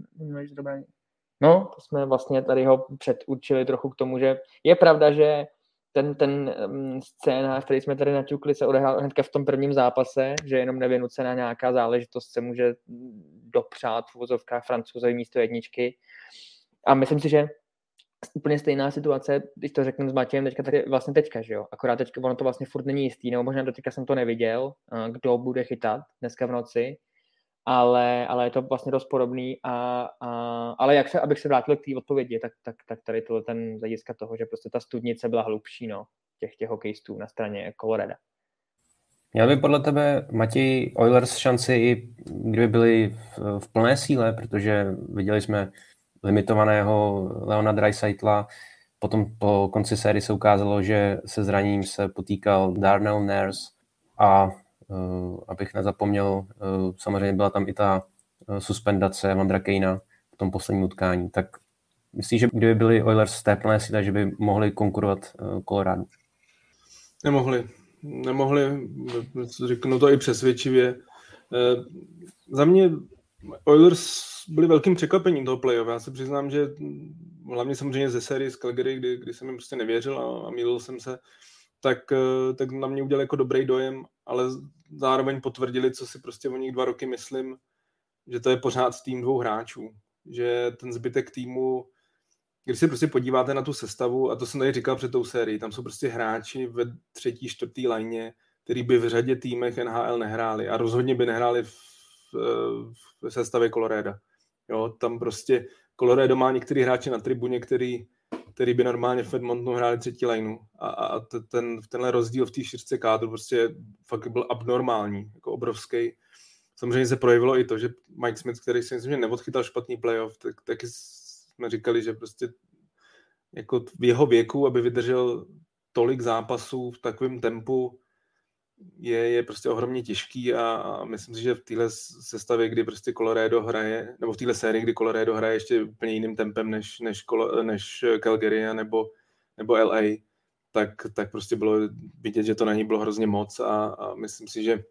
No, to jsme vlastně tady ho předurčili trochu k tomu, že je pravda, že ten, ten um, scénář, který jsme tady naťukli, se odehrál hnedka v tom prvním zápase, že jenom nevynucená nějaká záležitost se může dopřát v uvozovkách Francouzovi místo jedničky. A myslím si, že úplně stejná situace, když to řeknu s Matějem, teďka tady vlastně teďka, že jo? Akorát teďka ono to vlastně furt není jistý, nebo možná do teďka jsem to neviděl, kdo bude chytat dneska v noci, ale, ale je to vlastně dost podobný a, a ale jak se, abych se vrátil k té odpovědi, tak, tak, tak tady tohle ten hlediska toho, že prostě ta studnice byla hlubší, no, těch, těch hokejistů na straně Colorado.
Měl by podle tebe, Matěj, Oilers šanci i kdyby byli v, v plné síle, protože viděli jsme limitovaného Leona Draisaitl'a. Potom po konci série se ukázalo, že se zraněním se potýkal Darnell Nurse a uh, abych nezapomněl, uh, samozřejmě byla tam i ta uh, suspendace Vandra Kejna v tom posledním utkání. Tak myslíš, že kdyby byli Oilers v té plné síle, že by mohli konkurovat uh, Colorado?
Nemohli. Nemohli, řeknu to i přesvědčivě. Uh, za mě Oilers byli velkým překvapením toho playoff. Já se přiznám, že hlavně samozřejmě ze série z Calgary, kdy, kdy jsem jim prostě nevěřil a, a mýlil jsem se, tak, tak na mě udělal jako dobrý dojem, ale zároveň potvrdili, co si prostě o nich dva roky myslím, že to je pořád tým dvou hráčů. Že ten zbytek týmu, když se prostě podíváte na tu sestavu, a to jsem tady říkal před tou sérií, tam jsou prostě hráči ve třetí, čtvrtý lajně, který by v řadě týmech N H L nehráli a rozhodně by nehráli v, v sestavě Colorado. Jo, tam prostě Colorado má některý hráči na tribuně, který, který by normálně v Edmontonu hráli třetí lineu a, a ten, tenhle rozdíl v té šířce kádru prostě fakt byl abnormální, jako obrovský. Samozřejmě se projevilo i to, že Mike Smith, který si myslím, že neodchytal špatný playoff, tak taky jsme říkali, že prostě jako v jeho věku, aby vydržel tolik zápasů v takovém tempu, je, je prostě ohromně těžký a, a myslím si, že v téhle sestavě, kdy prostě Colorado hraje, nebo v téhle sérii, kdy Colorado hraje ještě úplně jiným tempem než, než, než Calgary nebo, nebo L A, tak, tak prostě bylo vidět, že to na ní bylo hrozně moc a, a myslím si, že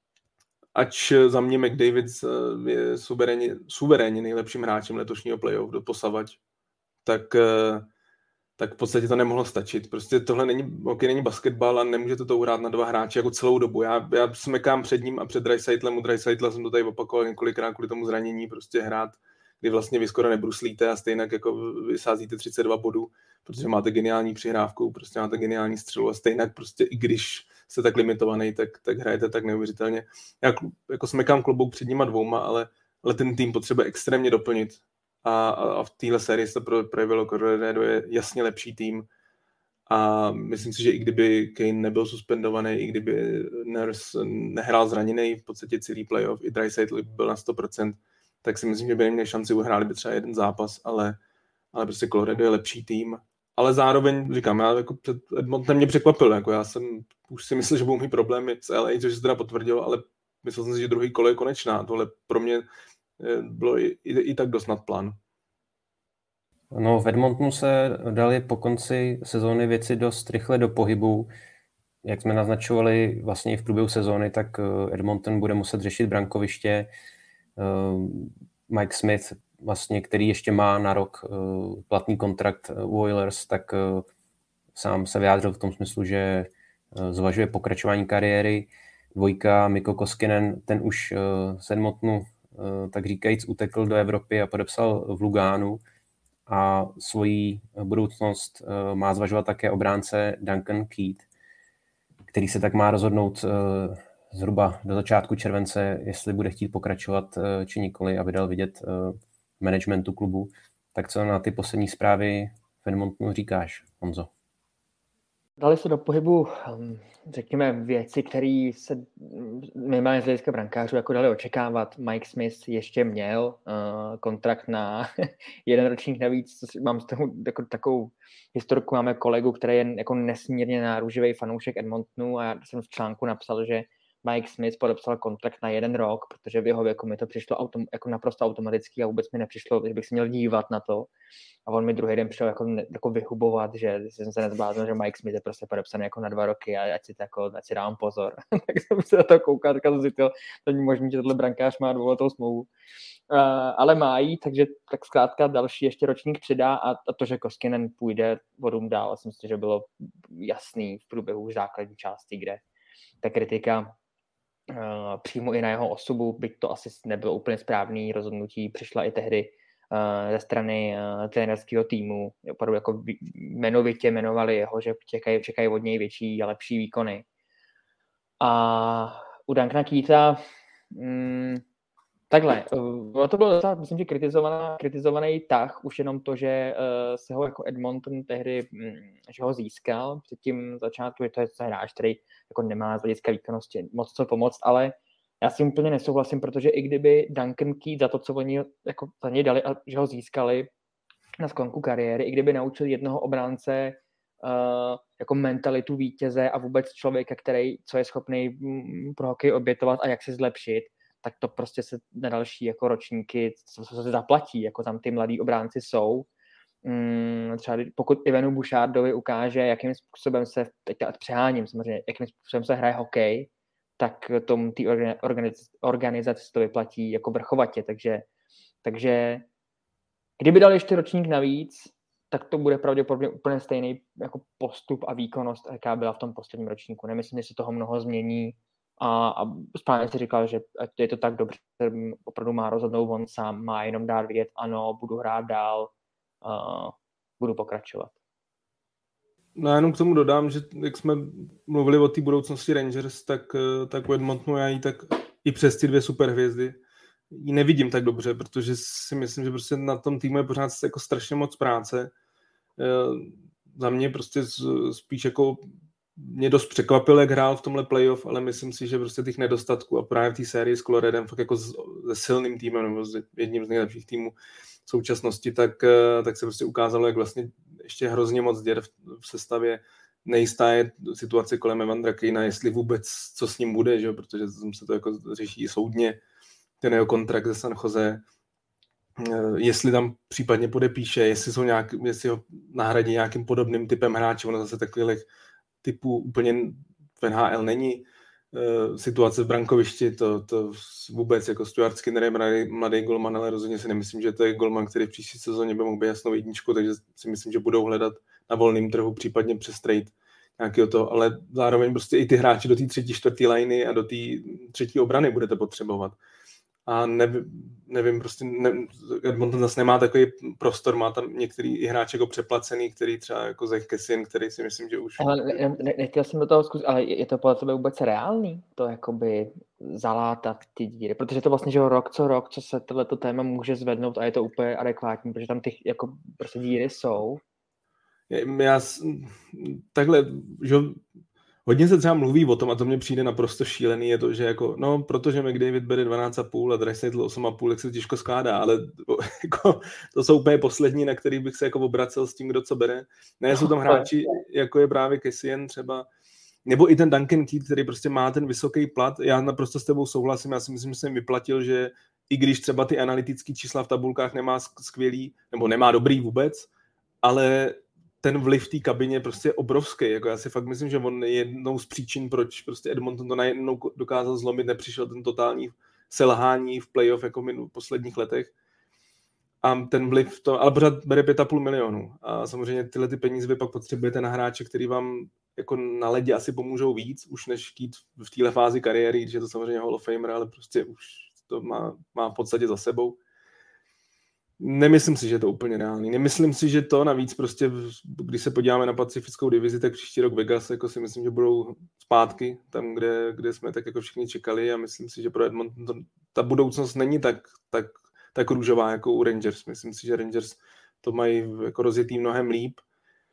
ač za mě McDavid je suverénně, suverénně nejlepším hráčem letošního playoff do posavať, tak tak v podstatě to nemohlo stačit. Prostě tohle není, okay, není basketbal a nemůžete to uhrát na dva hráče jako celou dobu. Já, já smekám před ním a před Draisaitlem. U Draisaitla jsem to tady opakoval několikrát kvůli tomu zranění, prostě hrát, kdy vlastně vy skoro nebruslíte a stejně jako vysázíte třicet dva bodů, protože máte geniální přihrávku, prostě máte geniální střelu a stejně prostě i když jste tak limitovaný, tak, tak hrajete tak neuvěřitelně. Já jako smekám klobouk před nima dvouma, ale, ale ten tým potřebuje extrémně doplnit. A, a v téhle sérii se to projevilo, Colorado je jasně lepší tým a myslím si, že i kdyby Kane nebyl suspendovaný, i kdyby Nurse nehrál zraněný v podstatě celý playoff, i Draisaitl byl na sto procent, tak si myslím, že by neměli šanci, uhráli by třeba jeden zápas, ale, ale prostě Colorado je lepší tým. Ale zároveň, říkám, já jako před Edmontonem mě překvapil, jako já jsem už si myslel, že budou mít problémy s L A, což se teda potvrdilo, ale myslel jsem si, že druhý kolo je konečná, tohle pro mě bylo i, i, i tak dost nad plán.
No, v Edmontonu se dali po konci sezóny věci dost rychle do pohybu. Jak jsme naznačovali vlastně i v průběhu sezóny, tak Edmonton bude muset řešit brankoviště. Mike Smith, vlastně, který ještě má na rok platný kontrakt u Oilers, tak sám se vyjádřil v tom smyslu, že zvažuje pokračování kariéry. Dvojka Mikko Koskinen, ten už z Edmontonu tak říkajíc utekl do Evropy a podepsal v Lugánu a svoji budoucnost má zvažovat také obránce Duncan Keith, který se tak má rozhodnout zhruba do začátku července, jestli bude chtít pokračovat či nikoli, aby dal vidět managementu klubu. Tak co na ty poslední zprávy v Edmontonu říkáš, Honzo?
Dali se do pohybu, řekněme, věci, které se minimálně z hlediska brankářů jako dali očekávat. Mike Smith ještě měl uh, kontrakt na jeden ročník navíc. Mám z toho jako takovou historku, máme kolegu, který je jako nesmírně náruživý fanoušek Edmontonu a já jsem v článku napsal, že Mike Smith podepsal kontrakt na jeden rok, protože v jeho věku mi to přišlo autom, jako naprosto automaticky a vůbec mi nepřišlo, že bych si měl dívat na to. A on mi druhý den přišel jako, jako vyhubovat, že jsem se nezbláznil, že Mike Smith je prostě podepsaný jako na dva roky a ať si, tako, ať si dám pozor. Tak jsem se na to koukal, tak jsem si to, to není možný, že tohle brankář má dvouletou smlouvu. Uh, ale mají, takže tak zkrátka další ještě ročník přidá a, a to, že Koskinen půjde vodům dál, si myslím, že bylo jasný v průběhu základní části, kde ta kritika Uh, přímo i na jeho osobu, byť to asi nebylo úplně správný rozhodnutí, přišla i tehdy uh, ze strany uh, trenérského týmu. Opravdu jako jmenovitě jmenovali jeho, že čekají, čekají od něj větší a lepší výkony. A u Duncana Keitha mm, takhle, uh, to bylo docela, myslím, že kritizovaná, kritizovaný tah, už jenom to, že uh, se ho jako Edmonton tehdy, mm, že ho získal před tím začátku, že to je hráč, který jako nemá z hlediska výkonnosti moc co pomoct, ale já si úplně nesouhlasím, protože i kdyby Duncan Keith za to, co oni jako za něj dali a že ho získali na sklonku kariéry, i kdyby naučil jednoho obránce uh, jako mentalitu vítěze a vůbec člověka, který, co je schopný mm, pro hokej obětovat a jak se zlepšit, tak to prostě se na další jako ročníky, co, co se zaplatí, jako tam ty mladí obránci jsou. Hmm, třeba pokud Ivanu Bouchardovi ukáže, jakým způsobem se, teď přeháním samozřejmě, jakým způsobem se hraje hokej, tak tomu té organizaci, organizaci to vyplatí jako vrchovatě, takže, takže kdyby dal ještě ročník navíc, tak to bude pravděpodobně úplně stejný jako postup a výkonnost, jaká byla v tom posledním ročníku. Nemyslím, že se toho mnoho změní a, a správně si říkal, že je to tak dobře, opravdu má rozhodnout on sám, má jenom dát vědět, ano, budu hrát dál, Uh, budu pokračovat.
No já jenom k tomu dodám, že jak jsme mluvili o té budoucnosti Rangers, tak, tak u Edmontonu já jí tak i přes ty dvě superhvězdy ji nevidím tak dobře, protože si myslím, že prostě na tom týmu je pořád jako strašně moc práce. Za mě prostě spíš jako mě dost překvapil, jak hrál v tomhle playoff, ale myslím si, že prostě těch nedostatků a právě v té sérii s Coloredem fakt jako se silným týmem nebo s jedním z nejlepších týmů v současnosti, tak, tak se prostě ukázalo, jak vlastně ještě hrozně moc děr v, v sestavě. Nejistá je situace kolem Evandra Kejna, jestli vůbec co s ním bude, že? Protože se to jako řeší soudně, ten jeho kontrakt ze San Jose, jestli tam případně podepíše, jestli, jsou nějak, jestli ho nahradí nějakým podobným typem hráče, ono zase takových typů úplně v N H L není. Situace v brankovišti, to, to vůbec jako Stuart Skinner je mladý, mladý golman, ale rozhodně si nemyslím, že to je golman, který v příští sezóně by mohl být jasnou jedničku, takže si myslím, že budou hledat na volném trhu, případně přes trade nějakého toho, ale zároveň prostě i ty hráči do té třetí, čtvrtý liney a do té třetí obrany budete potřebovat. A nevím, nevím prostě ne, Edmonton zase nemá takový prostor, má tam některý i hráč jako přeplacený, který třeba jako Zach Kessin, který si myslím, že už...
Ale ne, ne, nechtěl jsem do toho zkusit, ale je to podle tebe vůbec reálný, to jakoby zalátat ty díry, protože to vlastně, že rok co rok, co se tohleto téma může zvednout a je to úplně adekvátní, protože tam ty jako prostě díry jsou.
Já takhle, že hodně se třeba mluví o tom, a to mně přijde naprosto šílený, je to, že jako, no, protože McDavid bere dvanáct celá pět a Draisaitl osm celá pět, tak se to těžko skládá, ale jako, to jsou úplně poslední, na který bych se jako obracel s tím, kdo co bere. Ne, jsou tam hráči, jako je právě Kassian třeba, nebo i ten Duncan Keith, který prostě má ten vysoký plat. Já naprosto s tebou souhlasím, já si myslím, že jsem vyplatil, že i když třeba ty analytické čísla v tabulkách nemá skvělý, nebo nemá dobrý vůbec, ale ten vliv v té kabině prostě je obrovský. Jako já si fakt myslím, že on je jednou z příčin, proč prostě Edmonton to najednou dokázal zlomit, nepřišel ten totální selhání v playoff jako v posledních letech. A ten vliv to, ale pořád bere pět a půl milionu. A samozřejmě tyhle ty peníze vy pak potřebujete na hráče, který vám jako na ledě asi pomůžou víc, už než Keith v téhle fázi kariéry, když je to samozřejmě Hall of Famer, ale prostě už to má, má v podstatě za sebou. Nemyslím si, že je to úplně reálný. Nemyslím si, že to navíc prostě, když se podíváme na pacifickou divizi, tak příští rok Vegas jako si myslím, že budou zpátky tam, kde, kde jsme tak jako všichni čekali a myslím si, že pro Edmonton to, ta budoucnost není tak, tak, tak růžová jako u Rangers. Myslím si, že Rangers to mají jako rozjetý mnohem líp.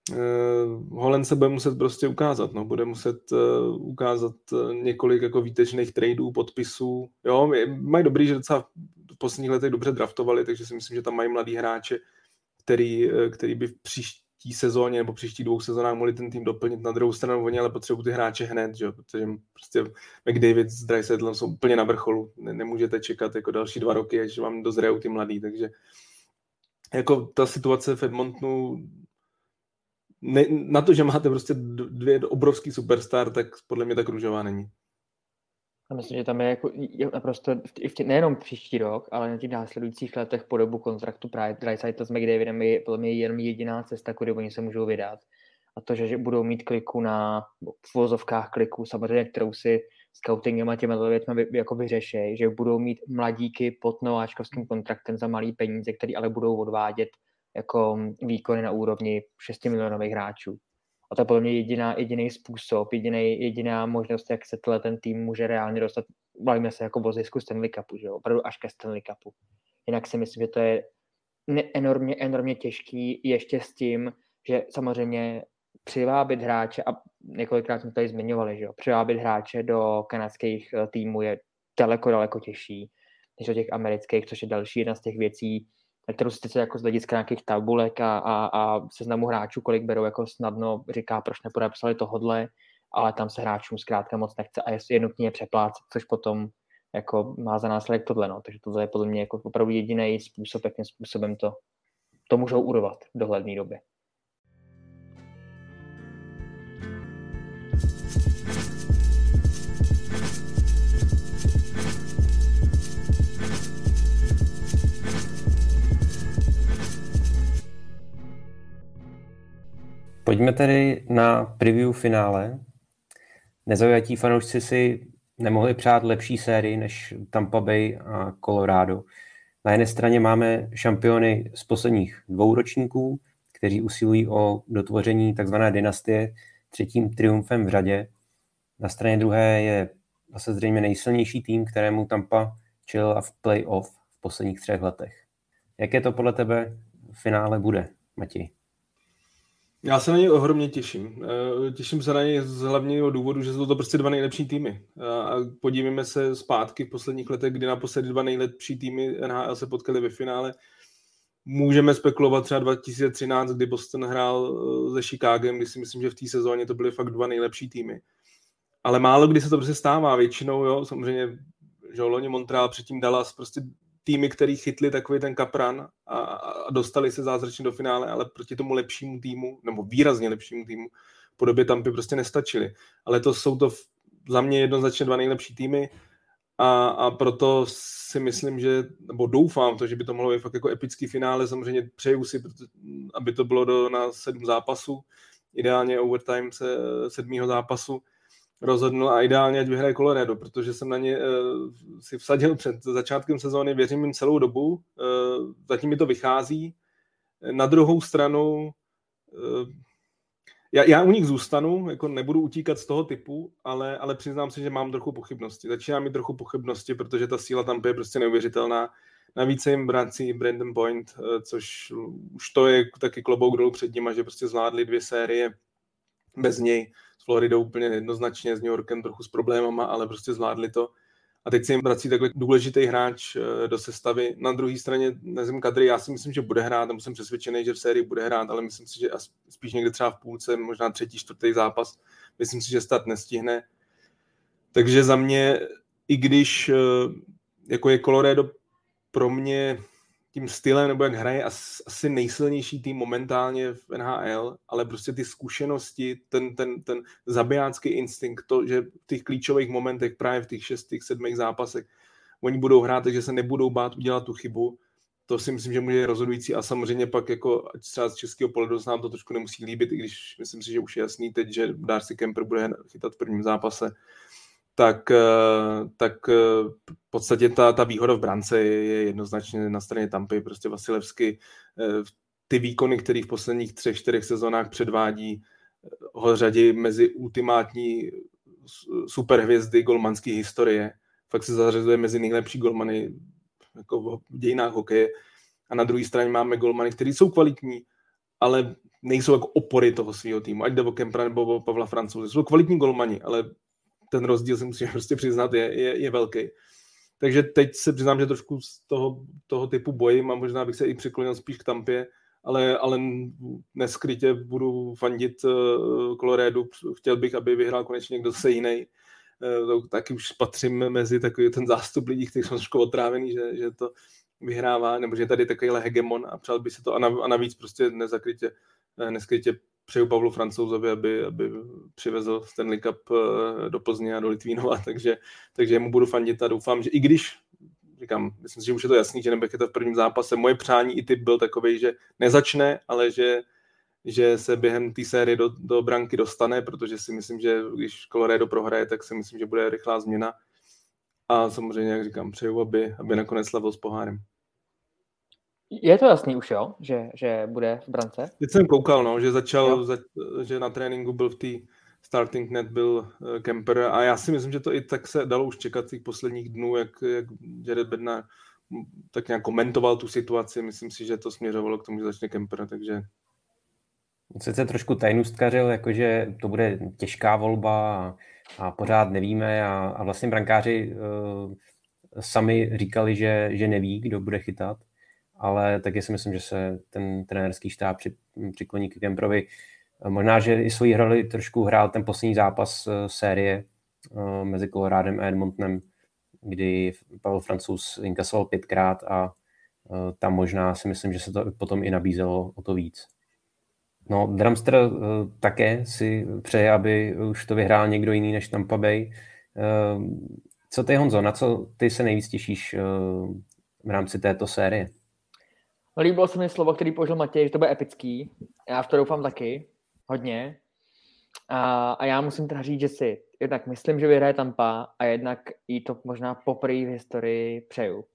uh, Holland se bude muset prostě ukázat, no, bude muset uh, ukázat uh, několik jako výtečných tradeů, podpisů, jo, mají dobrý, že docela v posledních letech dobře draftovali, takže si myslím, že tam mají mladý hráče, který, který by v příští sezóně nebo příští dvou sezónách mohli ten tým doplnit. Na druhou stranu oni ale potřebují ty hráče hned, že? Protože prostě McDavid s Draisaitlem jsou úplně na vrcholu. Nemůžete čekat jako další dva roky, až vám dozrajou ty mladý, takže jako ta situace v Edmontonu ne, na to, že máte prostě dvě obrovský superstar, tak podle mě tak růžová není.
A myslím, že tam je jako je naprosto, v tě, nejenom příští rok, ale na těch následujících letech po dobu kontraktu právě Draisaitl s McDavidem je podle mě jenom jediná cesta, kudy oni se můžou vydat. A to, že, že budou mít kliku na, v vozovkách kliku, samozřejmě, kterou si scoutingem a těma věcmi vy, jako vyřešej, že budou mít mladíky pod nováčkovským kontraktem za malý peníze, který ale budou odvádět jako výkony na úrovni šesti milionových hráčů. A to je podle mě jediná, jediný způsob, jediný, jediná možnost, jak se ten tým může reálně dostat, bavíme se jako o zisku Stanley Cupu, že jo, opravdu až ke Stanley Cupu. Jinak si myslím, že to je ne- enormně, enormně těžký, ještě s tím, že samozřejmě přivábit hráče, a několikrát jsme tady zmiňovali, že jo, přivábit hráče do kanadských týmů je daleko, daleko těžší, než do těch amerických, což je další jedna z těch věcí, kterou si teď jako z hlediska nějakých tabulek a, a, a seznamu hráčů, kolik berou, jako snadno říká, proč nepodepsali tohodle, ale tam se hráčům zkrátka moc nechce a je jednotně přeplácet, což potom jako má za následek tohle, no. Takže tohle je podle mě jako opravdu jediný způsob, jakým způsobem to, to můžou urovat v dohledné době.
Pojďme tedy na preview finále. Nezaujatí fanoušci si nemohli přát lepší sérii než Tampa Bay a Colorado. Na jedné straně máme šampiony z posledních dvou ročníků, kteří usilují o dotvoření tzv. Dynastie třetím triumfem v řadě. Na straně druhé je zase zřejmě nejsilnější tým, kterému Tampa čelila v playoff v posledních třech letech. Jaké to podle tebe v finále bude, Matěj?
Já se na něj ohromně těším. Těším se na něj z hlavního důvodu, že jsou to prostě dva nejlepší týmy. A podívejme se zpátky v posledních letech, kdy naposledy dva nejlepší týmy N H L se potkali ve finále. Můžeme spekulovat třeba dva tisíce třináct, kdy Boston hrál se Chicagem, kdy si myslím, že v té sezóně to byly fakt dva nejlepší týmy. Ale málo kdy se to prostě stává. Většinou, jo, samozřejmě, že loni Montreal, předtím Dallas, prostě týmy, který chytli takový ten kapran a, a dostali se zázračně do finále, ale proti tomu lepšímu týmu, nebo výrazně lepšímu týmu, v podobě Tampy prostě nestačili. Ale to jsou to za mě jednoznačně dva nejlepší týmy a, a proto si myslím, že, nebo doufám to, že by to mohlo být fakt jako epický finále. Samozřejmě přeju si, aby to bylo do, na sedm zápasů, ideálně overtime se sedmýho zápasu rozhodnul a ideálně, ať vyhraje Colorado, protože jsem na ně uh, si vsadil před začátkem sezóny, věřím jim celou dobu, uh, zatím mi to vychází. Na druhou stranu, uh, já, já u nich zůstanu, jako nebudu utíkat z toho typu, ale, ale přiznám se, že mám trochu pochybnosti. Začíná mi trochu pochybnosti, protože ta síla tam je prostě neuvěřitelná. Navíc se jim vrací Brandon Point, uh, což už to je taky klobouk dolů před nima, že prostě zvládli dvě série bez něj. S Floridou úplně jednoznačně, s New Yorkem trochu s problémama, ale prostě zvládli to. A teď se jim vrací takhle důležitý hráč do sestavy. Na druhé straně Nazem Kadri, já si myslím, že bude hrát, nebo jsem přesvědčený, že v sérii bude hrát, ale myslím si, že spíš někde třeba v půlce, možná třetí, čtvrtý zápas. Myslím si, že start nestihne. Takže za mě, i když jako je Colorado pro mě tím stylem, nebo jak hraje, asi nejsilnější tým momentálně v N H L, ale prostě ty zkušenosti, ten, ten, ten zabijácký instinkt, to, že v těch klíčových momentech, právě v těch šestých, sedmých zápasech, oni budou hrát, takže se nebudou bát udělat tu chybu, to si myslím, že může být rozhodující a samozřejmě pak jako třeba z českého pohledu se nám to trošku nemusí líbit, i když myslím si, že už je jasný teď, že Darcy Kuemper bude chytat v prvním zápase, tak, tak v podstatě ta, ta výhoda v brance je, je jednoznačně na straně Tampy, prostě Vasilevsky, ty výkony, které v posledních třech, čtyřech sezónách předvádí, ho řadí mezi ultimátní superhvězdy golmanské historie, fakt se zařazuje mezi nejlepší golmany jako v dějinách hokeje a na druhé straně máme golmany, kteří jsou kvalitní, ale nejsou jako opory toho svého týmu, ať jde o Kempera nebo o Pavla Francouze. Jsou klalitní golmani, ale ten rozdíl si musím prostě přiznat je, je, je velký. Takže teď se přiznám, že trošku z toho, toho typu bojím a možná bych se i přiklonil spíš k Tampě, ale, ale neskrytě budu fandit uh, Coloradu. Chtěl bych, aby vyhrál konečně někdo zase jiný. Uh, taky už patřím mezi takový ten zástup lidí, kteří jsou trošku otrávený, že, že to vyhrává, nebo že tady je takovýhle hegemon a přál by se to a, nav, a navíc prostě nezakrytě, neskrytě přeju Pavlu Francouzovi, aby, aby přivezl Stanley Cup do Plzně a do Litvínova, takže, takže mu budu fandit a doufám, že i když, říkám, myslím si, že už je to jasný, že nebych je to v prvním zápase, moje přání i typ byl takovej, že nezačne, ale že, že se během té série do, do branky dostane, protože si myslím, že když Colorado prohraje, tak si myslím, že bude rychlá změna a samozřejmě, jak říkám, přeju, aby, aby nakonec slavil s pohárem.
Je to jasný už, jo? Že, že bude v brance?
Teď jsem koukal, no, že začal, za, že na tréninku byl v té starting net byl uh, Kemper a já si myslím, že to i tak se dalo už čekat těch posledních dnů, jak, jak Jared Bednar tak nějak komentoval tu situaci. Myslím si, že to směřovalo k tomu, že začne Kemper, takže...
Sice trošku tajnůstkařil, jakože to bude těžká volba a, a pořád nevíme a, a vlastně brankáři uh, sami říkali, že, že neví, kdo bude chytat. Ale taky si myslím, že se ten trenérský štáb při, přikloní k Kemperovi. Možná, že i svoji roli trošku hrál ten poslední zápas série mezi Colorádem a Edmontonem, kdy Pavel Francouz inkasoval pětkrát a tam možná si myslím, že se to potom i nabízelo o to víc. No, Drumster také si přeje, aby už to vyhrál někdo jiný než Tampa Bay. Co ty, Honzo, na co ty se nejvíc těšíš v rámci této série?
Líbilo se mi slovo, který použil Matěj, že to bude epický. Já v to doufám taky. Hodně. A, a já musím teda říct, že si jednak myslím, že vyhraje Tampa a jednak jí to možná poprvé v historii přeju.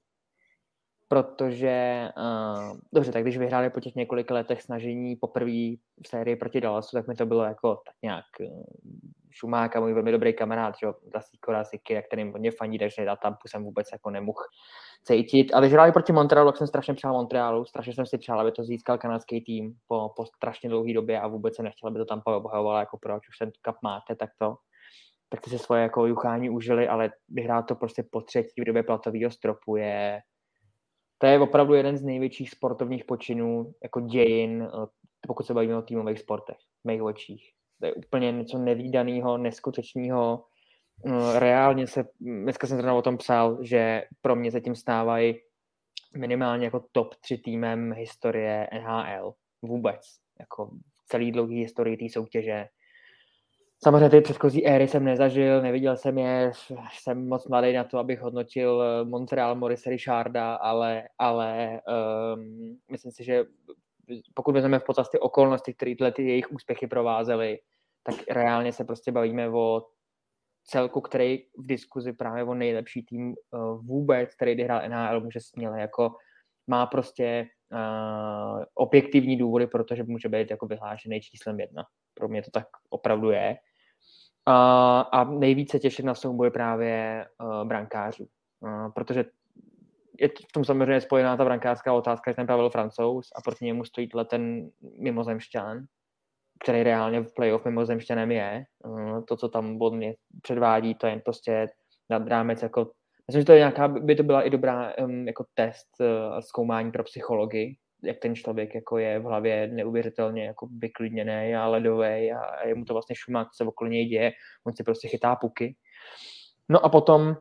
Protože, uh, dobře, tak když vyhráli po těch několika letech snažení poprvé v sérii proti Dallasu, tak mi to bylo jako tak nějak uh, Šumáka, můj velmi dobrý kamarád, že jo, Zasíkora, Sikira, kterým hodně fandí, takže na Tampu jsem vůbec jako nemohl cítit. A když hráli proti Montrealu, tak jsem strašně přál Montrealu, strašně jsem si přál, aby to získal kanadský tým po, po strašně dlouhé době a vůbec jsem nechtěl, aby to Tampa obhajovala, jako proč už ten cup máte, tak to. Tak ty si svoje jako juchání užili, ale vyhrát to prostě po třetí v době platového stropu je... To je opravdu jeden z největších sportovních počinů jako dějin, pokud se bavíme o týmových sportech, v mých očích. To je úplně něco nevídaného, neskutečného. Reálně se, dneska jsem zrovna o tom psal, že pro mě se tím stávají minimálně jako top tři týmem historie N H L. Vůbec. Jako v celý dlouhý historii té soutěže. Samozřejmě ty předchozí éry jsem nezažil, neviděl jsem je, jsem moc mladý na to, abych hodnotil Montreal, Maurice Richarda, ale, ale um, myslím si, že pokud vezmeme v potaz ty okolnosti, které tyhle ty jejich úspěchy provázely, tak reálně se prostě bavíme o celku, který v diskuzi právě o nejlepší tým uh, vůbec, který kdy hrál N H L, může směle jako má prostě uh, objektivní důvody, protože může být jako vyhlášený číslem jedna. Pro mě to tak opravdu je. Uh, a nejvíce těšit na souboje právě uh, brankářů. Uh, protože je v tom samozřejmě spojená ta brankářská otázka, že ten Pavel Francouz a proti němu stojí ten mimozemšťan, který reálně v playoff mimozemšťanem je. Uh, to, co tam on mě předvádí, to je jen prostě nad rámec jako... Myslím, že to je nějaká, by to byla i dobrá um, jako test uh, zkoumání pro psychologii, jak ten člověk jako je v hlavě neuvěřitelně jako vyklidněný a ledový a je mu to vlastně šumá, co se okolo něj děje, on si prostě chytá puky. No a potom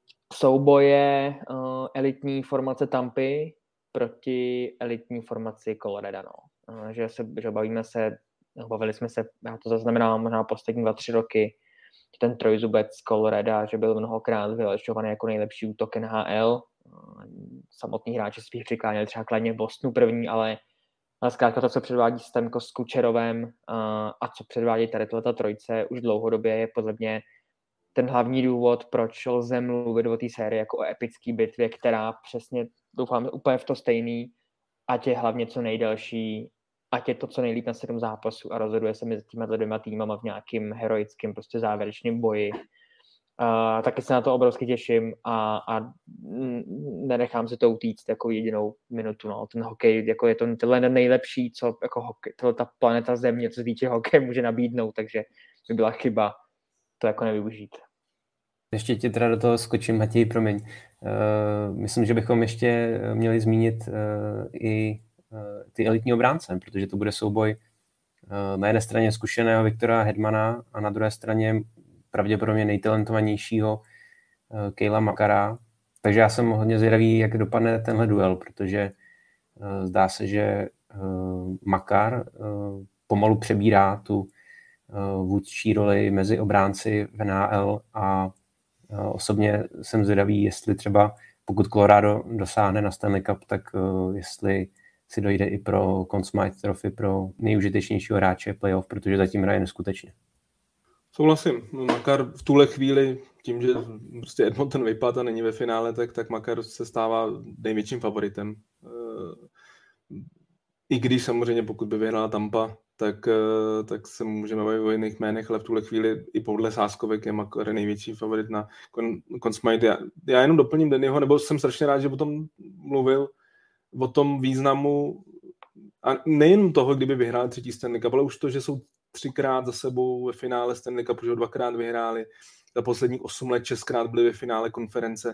souboje uh, elitní formace Tampy proti elitní formaci Colorado. No. Uh, že se, že bavíme se, bavili jsme se, já to zaznamenala možná poslední dva, tři roky, ten trojzubec z Colorado, že byl mnohokrát vylečovaný jako nejlepší útok N H L. Samotní hráči spíš přikláněli třeba kladně v Bostonu první, ale, ale zkrátka to, co předvádí Stamkos s Kučerovem uh, a co předvádí tady ta trojce už dlouhodobě, je podle mě ten hlavní důvod, proč lze mluvit o té sérii jako o epické bitvě, která přesně, doufám, úplně v to stejný, ať je hlavně co nejdelší, ať je to co nejlíp na sedm zápasů a rozhoduje se mezi těma dvěma týmama v nějakým heroickém prostě závěrečném boji. Uh, taky se na to obrovsky těším a, a nenechám se to utíct jako jedinou minutu. No. Ten hokej jako je to tohle nejlepší, co jako hokej, tohle ta planeta Země, co se týče hokej, může nabídnout, takže by byla chyba to jako nevyužít.
Ještě ti teda do toho skočím, Matěj, promiň. Uh, myslím, že bychom ještě měli zmínit uh, i uh, ty elitní obránce, protože to bude souboj uh, na jedné straně zkušeného Viktora Hedmana a na druhé straně pravděpodobně nejtalentovanějšího uh, Cale'a Makara. Takže já jsem hodně zvědavý, jak dopadne tenhle duel, protože uh, zdá se, že uh, Makar uh, pomalu přebírá tu uh, vůdčí roli mezi obránci v N H L a uh, osobně jsem zvědavý, jestli třeba pokud Colorado dosáhne na Stanley Cup, tak uh, jestli si dojde i pro Conn Smythe Trophy pro nejužitečnějšího hráče playoff, protože zatím hraje neskutečně.
Souhlasím. Makar v tuhle chvíli, tím, že prostě Edmonton vypadá a není ve finále, tak, tak Makar se stává největším favoritem. I když samozřejmě, pokud by vyhrála Tampa, tak, tak se můžeme bavit o jiných jménech, ale v tuhle chvíli i podle sázkovek je Makar největší favorit na Conn Smythe. Já, já jenom doplním Dannyho, nebo jsem strašně rád, že o tom mluvil, o tom významu, a nejen toho, kdyby vyhrál třetí Stanley Cup, ale už to, že jsou třikrát za sebou ve finále Stanley Cupu, že ho dvakrát vyhráli. Za posledních osm let šestkrát byli ve finále konference.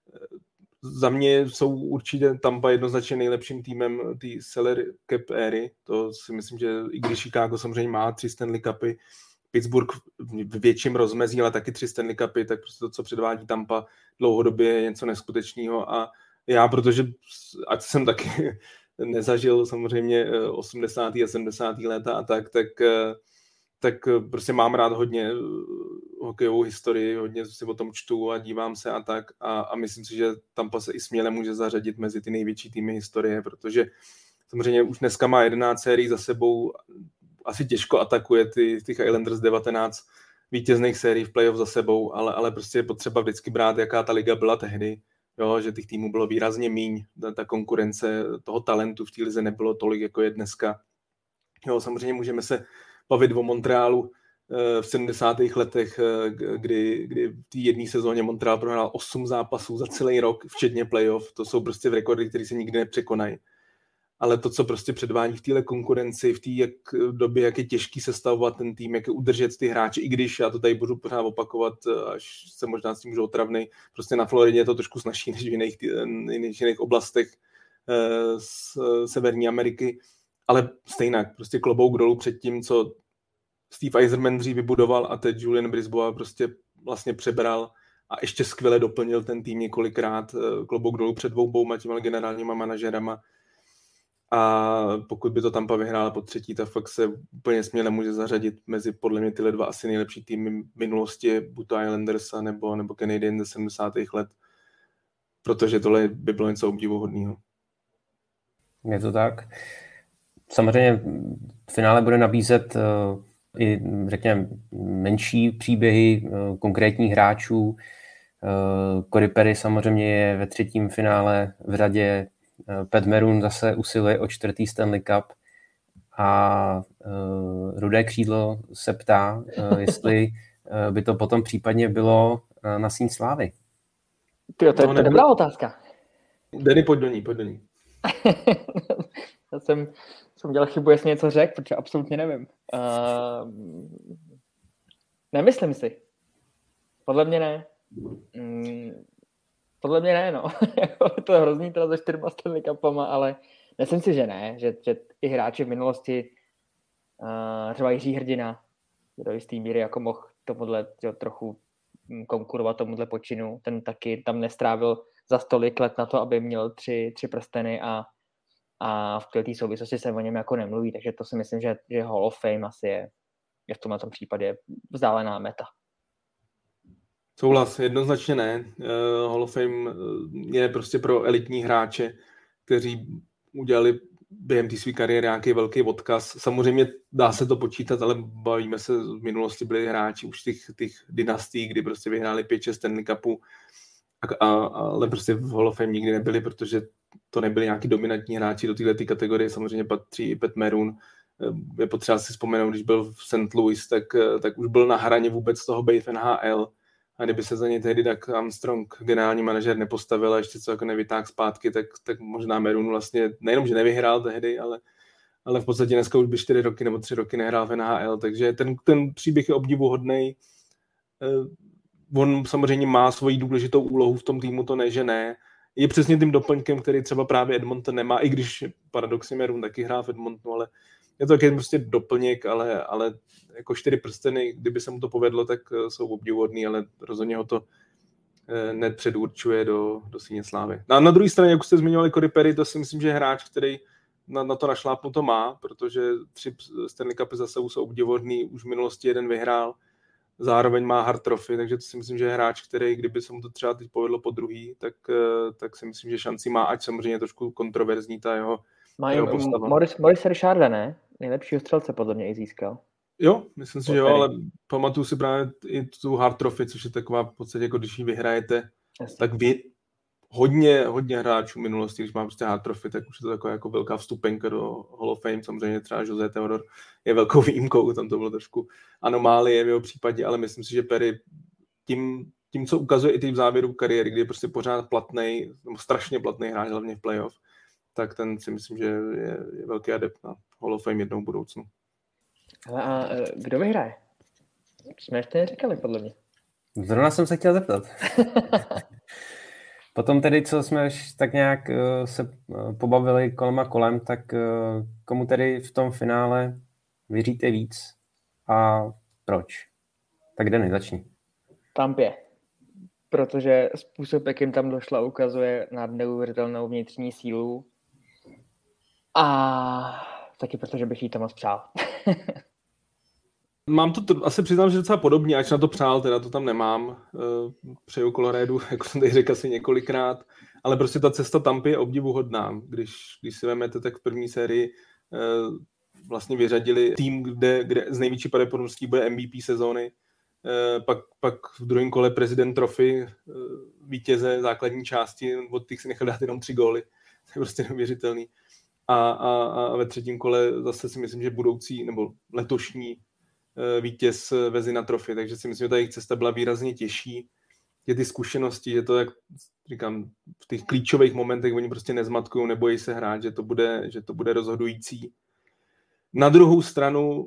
Za mě jsou určitě Tampa jednoznačně nejlepším týmem té salary cap éry. To si myslím, že i když Chicago samozřejmě má tři Stanley Cupy, Pittsburgh v větším rozmezí, ale taky tři Stanley Cupy, tak prostě to, co předvádí Tampa dlouhodobě, je něco neskutečného. A já, protože ať jsem taky nezažil samozřejmě osmdesátá a sedmdesátá léta a tak, tak, tak prostě mám rád hodně hokejovou historii, hodně si o tom čtu a dívám se a tak a, a myslím si, že Tampa se i směle může zařadit mezi ty největší týmy historie, protože samozřejmě už dneska má jedenáct sérií za sebou, asi těžko atakuje ty, těch Islanders devatenáct vítězných sérií v playoff za sebou, ale, ale prostě je potřeba vždycky brát, jaká ta liga byla tehdy. Jo, že těch týmů bylo výrazně míň, ta, ta konkurence toho talentu v té lize nebylo tolik, jako je dneska. Jo, samozřejmě můžeme se bavit o Montrealu e, v sedmdesátých letech, e, kdy, kdy v té jedné sezóně Montreal prohrál osm zápasů za celý rok, včetně playoff. To jsou prostě v rekordy, které se nikdy nepřekonají. Ale to, co prostě předvádí v téhle konkurenci, v té jak, době, jak je těžký sestavovat ten tým, jak je udržet ty hráče, i když já to tady budu pořád opakovat, až se možná s tím můžu otravnej, prostě na Floridě je to trošku snazší než v jiných, jiných, jiných oblastech eh, z Severní Ameriky, ale stejně, prostě klobouk dolů před tím, co Steve Yzerman dřív vybudoval a teď Julien Brisebois prostě vlastně přebral a ještě skvěle doplnil ten tým několikrát, klobouk dolů před dvouma těma generálníma manažerama. A pokud by to Tampa vyhrála po třetí, tak fakt se úplně směle může zařadit mezi podle mě tyhle dva asi nejlepší týmy minulosti, buď to Islanders nebo, nebo Canadiens ze sedmdesátých let, protože tohle by bylo něco obdivuhodného.
Je to tak. Samozřejmě v finále bude nabízet uh, i, řekněme, menší příběhy uh, konkrétních hráčů. Uh, Corey Perry samozřejmě je ve třetím finále v řadě. Pat Maroon zase usiluje o čtvrtý Stanley Cup a uh, Rudé křídlo se ptá, uh, jestli uh, by to potom případně bylo uh, na síň slávy.
Tyjo, to je, no, to je dobrá otázka.
Denny, pojď do ní, pojď do ní.
Já jsem, jsem dělal chybu, jestli něco řekl, protože absolutně nevím. Uh, nemyslím si. Podle mě ne. Mm. Podle mě ne, no. To je hrozný teda se čtyřma Stanley Cupama, ale myslím si, že ne, že, že i hráči v minulosti, uh, třeba Jiří Hrdina, do jistý míry jako mohl tomuhle jo, trochu konkurovat tomuhle počinu, ten taky tam nestrávil za stolik let na to, aby měl tři, tři prsteny a, a v této souvislosti se o něm jako nemluví, takže to si myslím, že, že Hall of Fame asi je, je v tomhle tom případě vzdálená meta.
Souhlas, jednoznačně ne. Uh, Hall of Fame je prostě pro elitní hráče, kteří udělali během té své kariéry nějaký velký odkaz. Samozřejmě dá se to počítat, ale bavíme se, v minulosti byli hráči už těch, těch dynastií, kdy prostě vyhráli pět šest Stanley Cupů, a, a, ale prostě v Hall of Fame nikdy nebyli, protože to nebyli nějaký dominantní hráči do této kategorie. Samozřejmě patří i Pat Maroon. Je potřeba si vzpomenout, když byl v Saint Louis, tak, tak už byl na hraně vůbec toho být v N H L. A kdyby se za něj tehdy Doug Armstrong, generální manažer, nepostavil a ještě co jako nevytáhl zpátky, tak, tak možná Maroon vlastně nejenom, že nevyhrál tehdy, ale, ale v podstatě dneska už by čtyři roky nebo tři roky nehrál v N H L, takže ten, ten příběh je obdivuhodnej. On samozřejmě má svoji důležitou úlohu v tom týmu, to ne, že ne. Je přesně tím doplňkem, který třeba právě Edmonton nemá, i když paradoxně Maroon taky hrál v Edmontonu, ale je to taky prostě doplněk, ale, ale jako čtyři prsteny, kdyby se mu to povedlo, tak jsou obdivuhodný, ale rozhodně ho to nepředurčuje do, do síně slávy. A na druhé straně, jak jste zmiňovali Corey Perry, to si myslím, že je hráč, který na, na to našlápnu to má, protože tři Stanley Cupy za sebou jsou obdivuhodný, už v minulosti jeden vyhrál, zároveň má hard trophy, takže to si myslím, že je hráč, který, kdyby se mu to třeba teď povedlo po druhý, tak, tak si myslím, že šanci má, ať samozřejmě trošku kontroverzní ta jeho,
má jeho postava. Maurice, Maurice Richarda, ne? Nejlepšího střelce podle mě i získal.
Jo, myslím si, že jo, ale pamatuju si právě i tu hard trophy, což je taková v podstatě, jako když ji vyhrajete, Jasně. tak vy hodně, hodně hráčů minulosti, když má prostě hard trophy, tak už je to taková jako velká vstupenka do Hall of Fame, samozřejmě třeba José Theodore je velkou výjimkou, tam to bylo trošku anomálie v jeho případě, ale myslím si, že Perry tím, tím co ukazuje i v závěru kariéry, kdy je prostě pořád platnej, nebo strašně platnej hráč, hlavně v playoff, tak ten si myslím, že je, je velký adept na Hall of Fame jednou v budoucnu.
Ale a kdo vyhraje? Jsme ještě neříkali, podle mě.
Zrovna jsem se chtěl zeptat. Potom tedy, co jsme tak nějak uh, se uh, pobavili kolem a kolem, tak uh, komu tedy v tom finále věříte víc a proč? Tak Denny, začni.
Tampě. Protože způsob, jakým tam došla, ukazuje na neuvěřitelnou vnitřní sílu. A taky protože bych jí to moc přál.
Mám to, t- asi přiznám, že docela podobně, ač na to přál, teda to tam nemám. Přeju Coloradu, jako jsem tady řekl asi několikrát, ale prostě ta cesta Tampy je obdivuhodná. Když, když si vezmete, tak v první sérii vlastně vyřadili tým, kde, kde z největší pravděpodobností bude M V P sezóny, pak, pak v druhém kole prezident Trophy, vítěze základní části, od těch si nechal dát jenom tři góly. To je prostě neuvěřitelný. A, a, a ve třetím kole zase si myslím, že budoucí nebo letošní vítěz Vezina Trophy, takže si myslím, že ta jejich cesta byla výrazně těžší. Je ty zkušenosti, že to, jak říkám, v těch klíčových momentech oni prostě nezmatkujou, nebojí se hrát, že to bude, že to bude rozhodující. Na druhou stranu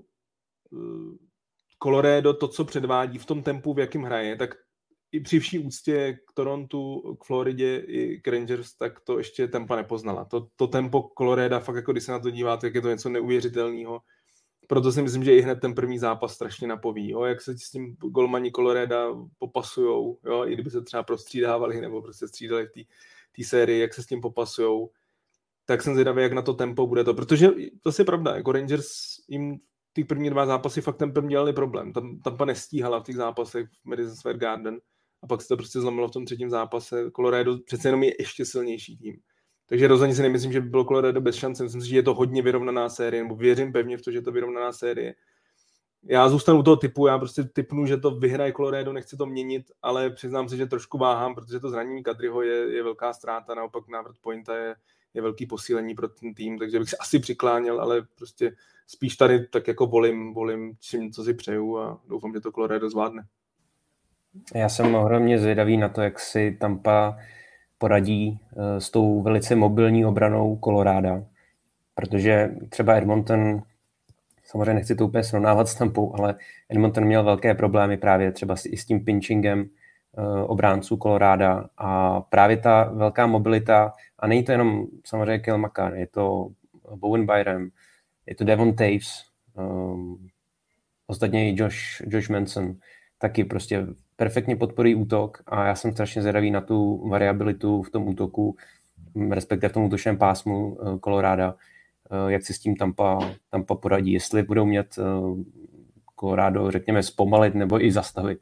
Colorado to, co předvádí v tom tempu, v jakém hraje, tak i při vší úctě k Torontu, k Floridě i k Rangers, tak to ještě tempa nepoznala. To, to tempo Colorado, fakt jako když se na to díváte, jak je to něco neuvěřitelného. Proto si myslím, že i hned ten první zápas strašně napoví, jo, jak se s tím golmani Colorado popasujou, jo, i kdyby se třeba prostřídávali nebo prostě střídali v té sérii, jak se s tím popasujou, tak jsem zvědavý, jak na to tempo bude to, protože to je pravda, jako Rangers jim ty první dva zápasy fakt tempem dělali problém, tam Tampa nestíhala v těch zápasech v Madison Square Garden a pak se to prostě zlomilo v tom třetím zápase, Colorado přece jenom je ještě silnější tým. Takže rozhodně si nemyslím, že by bylo Colorado bez šance. Myslím si, že je to hodně vyrovnaná série, nebo věřím pevně v to, že je to vyrovnaná série. Já zůstanu u toho typu, já prostě typnu, že to vyhraje Colorado, nechci to měnit, ale přiznám se, že trošku váhám, protože to zranění Kadriho je, je velká ztráta, naopak návrat Pointa je, je velký posílení pro ten tým, takže bych se asi přikláněl, ale prostě spíš tady tak jako volím, volím čím, co si přeju a doufám, že to Colorado zvládne.
Já jsem ohromně zvědavý na to, jak si Tampa poradí s tou velice mobilní obranou Colorada, protože třeba Edmonton, samozřejmě nechci to úplně srovnávat s Tampou, ale Edmonton měl velké problémy právě třeba i s tím pinchingem obránců Colorada a právě ta velká mobilita, a není to jenom samozřejmě Cale Makar, je to Bowen Byram, je to Devon Toews, um, ostatně i Josh, Josh Manson, taky prostě perfektně podporují útok a já jsem strašně zvědavý na tu variabilitu v tom útoku, respektive v tom útočném pásmu Colorada, jak si s tím Tampa, Tampa poradí, jestli budou mít Colorado, řekněme, zpomalit nebo i zastavit.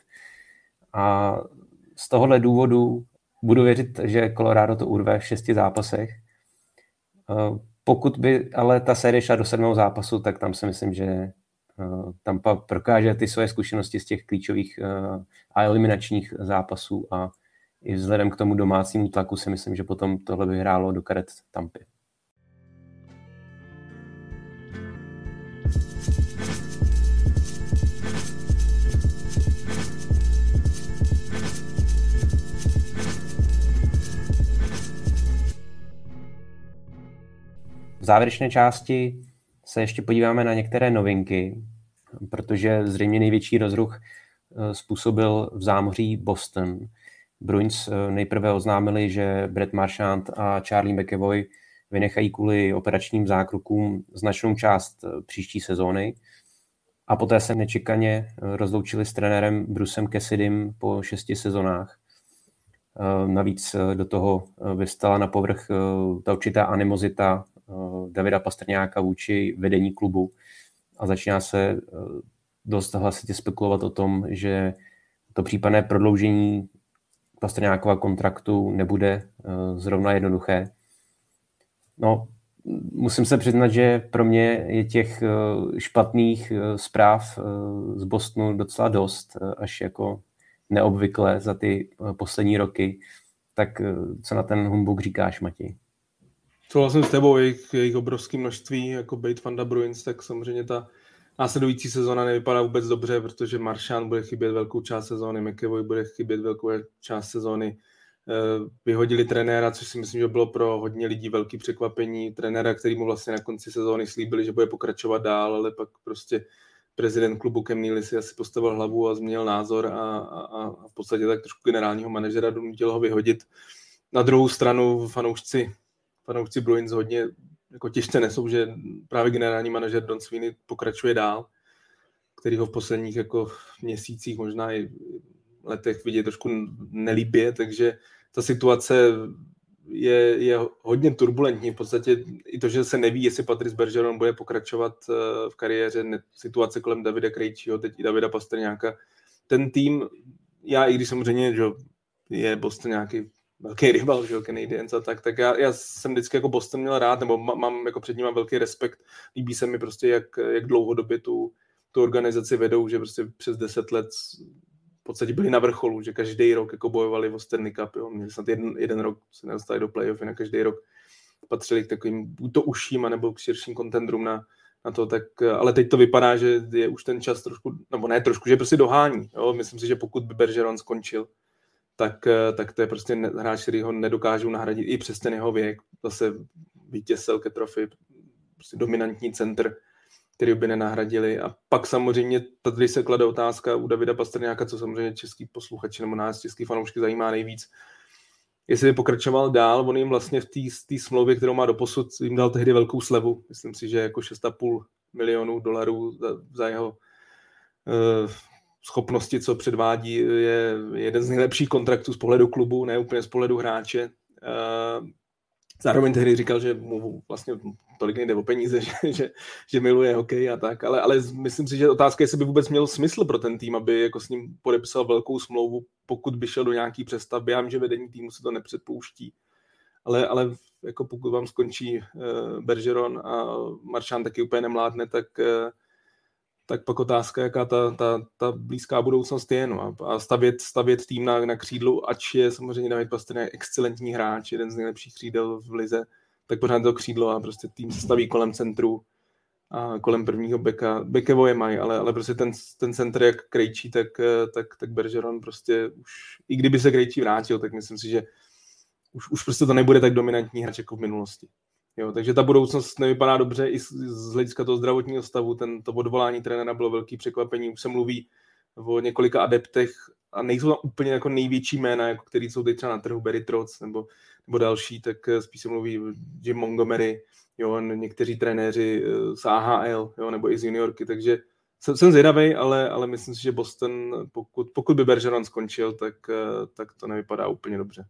A z tohohle důvodu budu věřit, že Colorado to urve v šesti zápasech. Pokud by ale ta série šla do sedmého zápasu, tak tam si myslím, že Tampa prokáže ty své zkušenosti z těch klíčových a eliminačních zápasů a i vzhledem k tomu domácímu tlaku si myslím, že potom tohle by hrálo do karet Tampy. V závěrečné části se ještě podíváme na některé novinky, protože zřejmě největší rozruch způsobil v zámoří Boston. Bruins nejprve oznámili, že Brett Marchand a Charlie McAvoy vynechají kvůli operačním zákrokům značnou část příští sezóny a poté se nečekaně rozloučili s trenérem Brucem Cassidym po šesti sezonách. Navíc do toho vystala na povrch ta určitá animozita Davida Pastrňáka vůči vedení klubu a začíná se dost hlasitě spekulovat o tom, že to případné prodloužení Pastrňákova kontraktu nebude zrovna jednoduché. No, musím se přiznat, že pro mě je těch špatných zpráv z Bostonu docela dost, až jako neobvykle za ty poslední roky. Tak co na ten humbug říkáš, Matěj?
Souhlasím s tebou, jejich, jejich obrovské množství, jako bejt fanda Bruins, tak samozřejmě ta následující sezona nevypadá vůbec dobře, protože Marchand bude chybět velkou část sezóny, McAvoy bude chybět velkou část sezóny. Vyhodili trenéra, což si myslím, že bylo pro hodně lidí velký překvapení. Trenéra, který mu vlastně na konci sezóny slíbili, že bude pokračovat dál, ale pak prostě prezident klubu Cam Neely si asi postavil hlavu a změnil názor a, a, a v podstatě tak trošku generálního manažera donutil ho vyhodit. Na druhou stranu fanoušci, fanoušci Bruins hodně jako těžce nesou, že právě generální manažer Don Sweeney pokračuje dál, který ho v posledních jako měsících, možná i letech vidět trošku nelíbě, takže ta situace je, je hodně turbulentní. V podstatě i to, že se neví, jestli Patrice Bergeron bude pokračovat v kariéře, situace kolem Davida Krejčího, teď i Davida Pastrňáka. Ten tým, já i když samozřejmě, že je Boston nějaký velký rival, že Canadiens a tak, tak já, já jsem vždycky jako Boston měl rád, nebo mám jako před ním mám velký respekt. Líbí se mi prostě, jak, jak dlouhodobě tu, tu organizaci vedou, že prostě přes deset let v podstatě byli na vrcholu, že každý rok jako bojovali o Stanley Cup, jo. Měli snad jeden, jeden rok se nedostali do playoffy, na každý rok patřili k takovým buď to užším, nebo k širším contendrům na, na to, tak, ale teď to vypadá, že je už ten čas trošku, nebo ne trošku, že prostě dohání, jo. Myslím si, že pokud by Bergeron skončil, tak, tak to je prostě hráč, který ho nedokážou nahradit i přes ten jeho věk, zase vítěz Selke Trophy, prostě dominantní center, který by nenahradili. A pak samozřejmě tady se klade otázka u Davida Pastrňáka, co samozřejmě český posluchači nebo nás, český fanoušky zajímá nejvíc, jestli by pokračoval dál, on jim vlastně v té smlouvě, kterou má doposud, jim dal tehdy velkou slevu. Myslím si, že jako šest a půl milionů dolarů za, za jeho uh, schopnosti, co předvádí, je jeden z nejlepších kontraktů z pohledu klubu, ne úplně z pohledu hráče. Uh, Zároveň tehdy říkal, že mu vlastně tolik nejde o peníze, že, že, že miluje hokej a tak, ale, ale myslím si, že otázka je, jestli by vůbec měl smysl pro ten tým, aby jako s ním podepsal velkou smlouvu, pokud by šel do nějaký přestavby. Já vím, že vedení týmu se to nepředpouští, ale, ale jako pokud vám skončí uh, Bergeron a Marchand taky úplně nemládne, tak, uh, tak pak otázka, jaká ta, ta, ta blízká budoucnost je. No. A stavět, stavět tým na, na křídlu, ač je samozřejmě David Pastrňák excelentní hráč, jeden z nejlepších křídel v lize, tak pořád to křídlo a prostě tým se staví kolem centru a kolem prvního beka. Bekevoje mají, ale, ale prostě ten, ten center jak Krejčí, tak, tak, tak Bergeron prostě už, i kdyby se Krejčí vrátil, tak myslím si, že už, už prostě to nebude tak dominantní hráč jako v minulosti. Jo, takže ta budoucnost nevypadá dobře i z, z hlediska toho zdravotního stavu. Ten, to odvolání trenéra bylo velký překvapení. Už se mluví o několika adeptech a nejsou tam úplně jako největší jména, jako který jsou teď třeba na trhu, Barry Trotz nebo, nebo další, tak spíš se mluví Jim Montgomery, jo, někteří trenéři z A H L, jo, nebo i z juniorky, takže jsem, jsem zvědavej, ale, ale myslím si, že Boston, pokud, pokud by Bergeron skončil, tak, tak to nevypadá úplně dobře.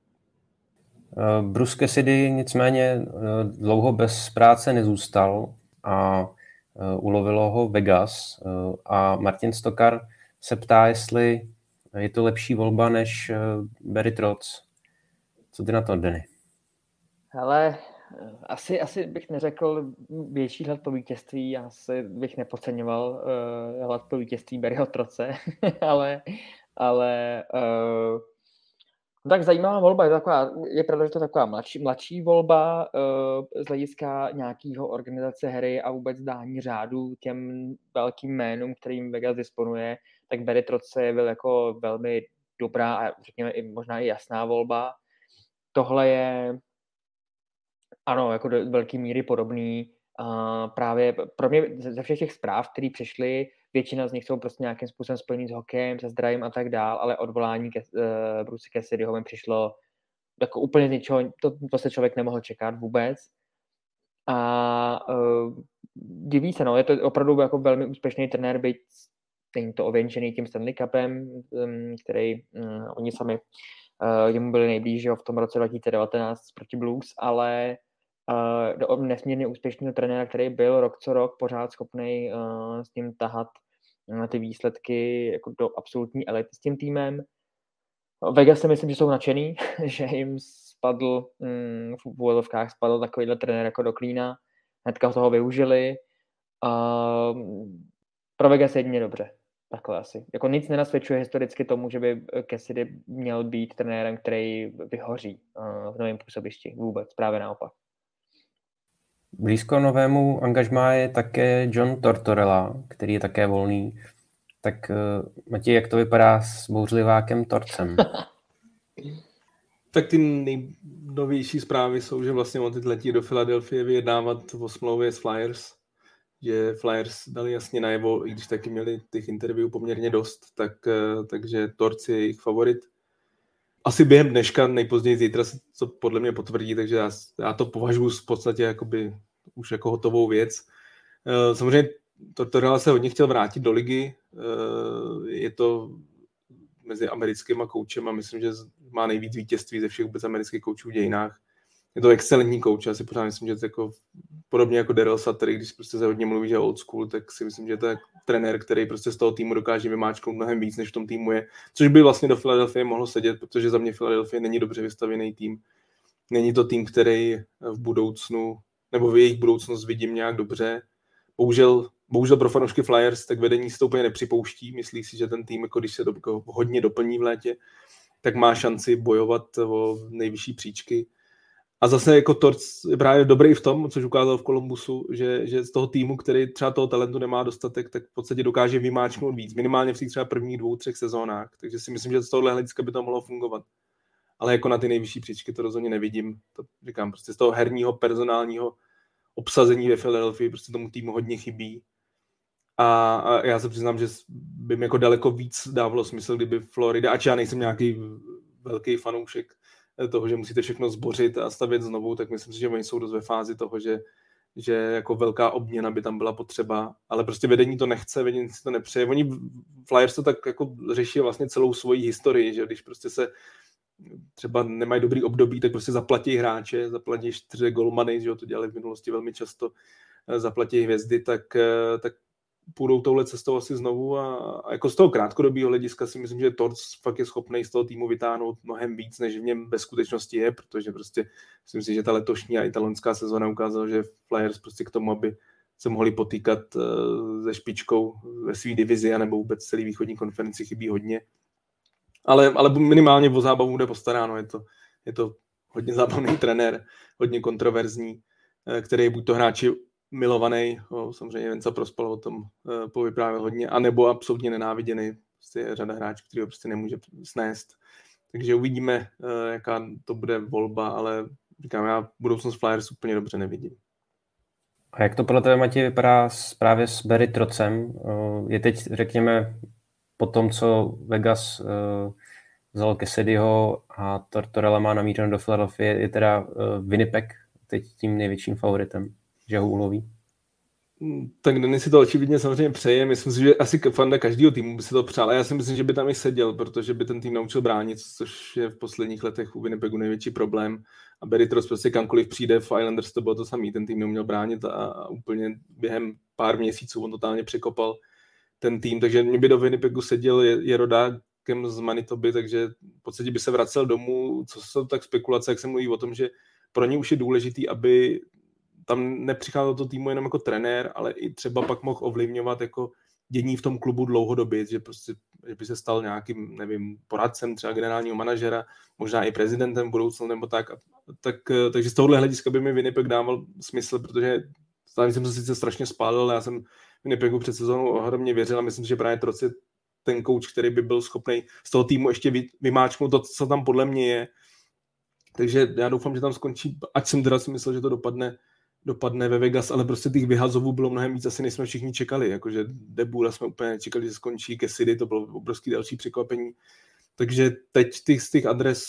Bruce Cassidy nicméně dlouho bez práce nezůstal a ulovilo ho Vegas a Martin Stockar se ptá, jestli je to lepší volba než Barry Trotz. Co ty na to, Denny?
Hele, asi, asi bych neřekl větší hlad po vítězství, já si bych nepodceňoval uh, hlad po vítězství Barryho Trotze, ale, ale uh, tak zajímavá volba, je, taková, je pravda, že to je taková mladší, mladší volba uh, z hlediska nějakého organizace hry a vůbec dání řádu těm velkým jménům, kterým Vegas disponuje, tak Barry Trotz je byl jako velmi dobrá a řekněme i možná i jasná volba. Tohle je Ano, jako do velké míry podobný. Uh, právě pro mě ze všech těch zpráv, které přišly, většina z nich jsou prostě nějakým způsobem spojený s hokejem, se zdravím a tak dál, ale odvolání ke, uh, Bruce Cassidyho mi přišlo jako úplně z ničeho, to, to se člověk nemohl čekat vůbec. A uh, diví se, no, je to opravdu jako velmi úspěšný trenér, byť není to ověnčený tím Stanley Cupem, um, který um, oni sami uh, jemu byli nejblíž v tom roce dva tisíce devatenáct proti Blues, ale uh, nesmírně úspěšného trenéra, který byl rok co rok pořád schopný uh, s ním tahat uh, ty výsledky jako do absolutní elity s tím týmem. Vegas si myslím, že jsou nadšený, že jim spadl, mm, v úvodovkách spadl takovýhle trenér jako do klína. Hnedka toho využili. Uh, pro Vegas jedině dobře. Takhle asi. Jako nic nenasvědčuje historicky tomu, že by Cassidy měl být trenérem, který vyhoří uh, v novém působišti. Vůbec, právě naopak.
Blízko novému angažmá je také John Tortorella, který je také volný. Tak uh, Matěj, jak to vypadá s bouřlivákem Torcem?
Tak ty nejnovější zprávy jsou, že vlastně on teď letí do Filadelfie vyjednávat o smlouvě s Flyers, že Flyers dali jasně najevo, i když taky měli těch interview poměrně dost, tak, takže Torc je jejich favorit. Asi během dneška, nejpozději zítra se to podle mě potvrdí, takže já, já to považuji v podstatě jakoby už jako hotovou věc. Samozřejmě Tortorella se hodně chtěl vrátit do ligy, je to mezi americkýma koučem a myslím, že má nejvíc vítězství ze všech vůbec amerických koučů v dějinách. Je to excelentní kouč, já si pořád myslím, že to jako, podobně jako Daryl Sutter, když prostě se hodně mluví, že old school, tak si myslím, že to je trenér, který prostě z toho týmu dokáže vymáčknout mnohem víc, než v tom týmu je, což by vlastně do Philadelphia mohlo sedět, protože za mě Philadelphia není dobře vystavěný tým. Není to tým, který v budoucnu, nebo v jejich budoucnost vidím nějak dobře. Bohužel, bohužel pro fanoušky Flyers, tak vedení se to úplně nepřipouští. Myslí si, že ten tým, jako když se do, jako hodně doplní v létě, tak má šanci bojovat o nejvyšší příčky. A zase jako Torc je právě dobrý v tom, což ukázal v Columbusu, že, že z toho týmu, který třeba toho talentu nemá dostatek, tak v podstatě dokáže vymáčknout víc. Minimálně v těch třeba prvních dvou, třech sezónách. Takže si myslím, že z tohohle hlediska by to mohlo fungovat. Ale jako na ty nejvyšší příčky to rozhodně nevidím. To říkám, prostě z toho herního, personálního obsazení ve Philadelphii prostě tomu týmu hodně chybí. A, a já se přiznám, že by mi jako daleko víc dávalo smysl, kdyby Florida, ač já nejsem nějaký velký fanoušek toho, že musíte všechno zbořit a stavět znovu, tak myslím si, že oni jsou dost ve fázi toho, že, že jako velká obměna by tam byla potřeba, ale prostě vedení to nechce, vedení si to nepřeje. Oni Flyers to tak jako řeší vlastně celou svoji historii, že když prostě se třeba nemají dobrý období, tak prostě zaplatí hráče, zaplatí čtyři golmany, že to dělali v minulosti velmi často, zaplatí hvězdy, tak, tak půjdou touhle cestou asi znovu a, a jako z toho krátkodobého hlediska si myslím, že Torc fakt je schopný z toho týmu vytáhnout mnohem víc, než v něm ve skutečnosti je, protože prostě myslím si, že ta letošní a italonská sezóna ukázala, že Flyers prostě k tomu, aby se mohli potýkat uh, se špičkou ve své divizi a nebo vůbec celý východní konferenci chybí hodně. Ale, ale minimálně o zábavu bude postaráno, je to, je to hodně zábavný trenér, hodně kontroverzní, který je buď to hráči milovaný, o, samozřejmě Venca Prospal o tom e, povyprávěl hodně, anebo absolutně nenáviděný, prostě je řada hráčů, který ho prostě nemůže snést. Takže uvidíme, e, jaká to bude volba, ale říkám, já budoucnost Flyers úplně dobře nevidím.
A jak to podle tebe, Matěj, vypadá s, právě s Barry Trotcem? Je teď, řekněme, po tom, co Vegas uh, vzal Cassidyho a Tortorella má namířeno do Philadelphia, je teda uh, Winnipeg teď tím největším favoritem, že ho uloví?
Tak Denis si to očividně samozřejmě přeje. Myslím si, že asi fanda každého týmu by si to přál. A já si myslím, že by tam i seděl, protože by ten tým naučil bránit, což je v posledních letech u Winnipegu největší problém. A Barry Trotz prostě kamkoliv přijde, v Islanders to bylo to samý. Ten tým neuměl bránit a, a úplně během pár měsíců on totálně překopal ten tým. Takže mě by do Winnipegu seděl, je, je rodákem z Manitoby, takže v podstatě by se vracel domů. Co jsou tak spekulace, jak se mluví o tom, že pro ně už je důležitý, aby tam nepřicházel do týmu jenom jako trenér, ale i třeba pak mohl ovlivňovat jako dění v tom klubu dlouhodobě, že prostě že by se stal nějakým, nevím, poradcem třeba generálního manažera, možná i prezidentem v budoucnu nebo tak. tak takže z tohohle hlediska by mi Winnipeg dával smysl, protože tam jsem se sice strašně spálil, ale já jsem Winnipegu před sezónou ohromně věřil a myslím, že právě Trotz je ten kouč, který by byl schopný z toho týmu ještě vymáčknout to, co tam podle mě je. Takže já doufám, že tam skončí, ať jsem teda si myslel, že to dopadne, dopadne ve Vegas, ale prostě těch vyhazovů bylo mnohem víc, asi než jsme všichni čekali, jakože Debula jsme úplně nečekali, že skončí, Cassidy, to bylo obrovský další překvapení. Takže teď těch, z těch adres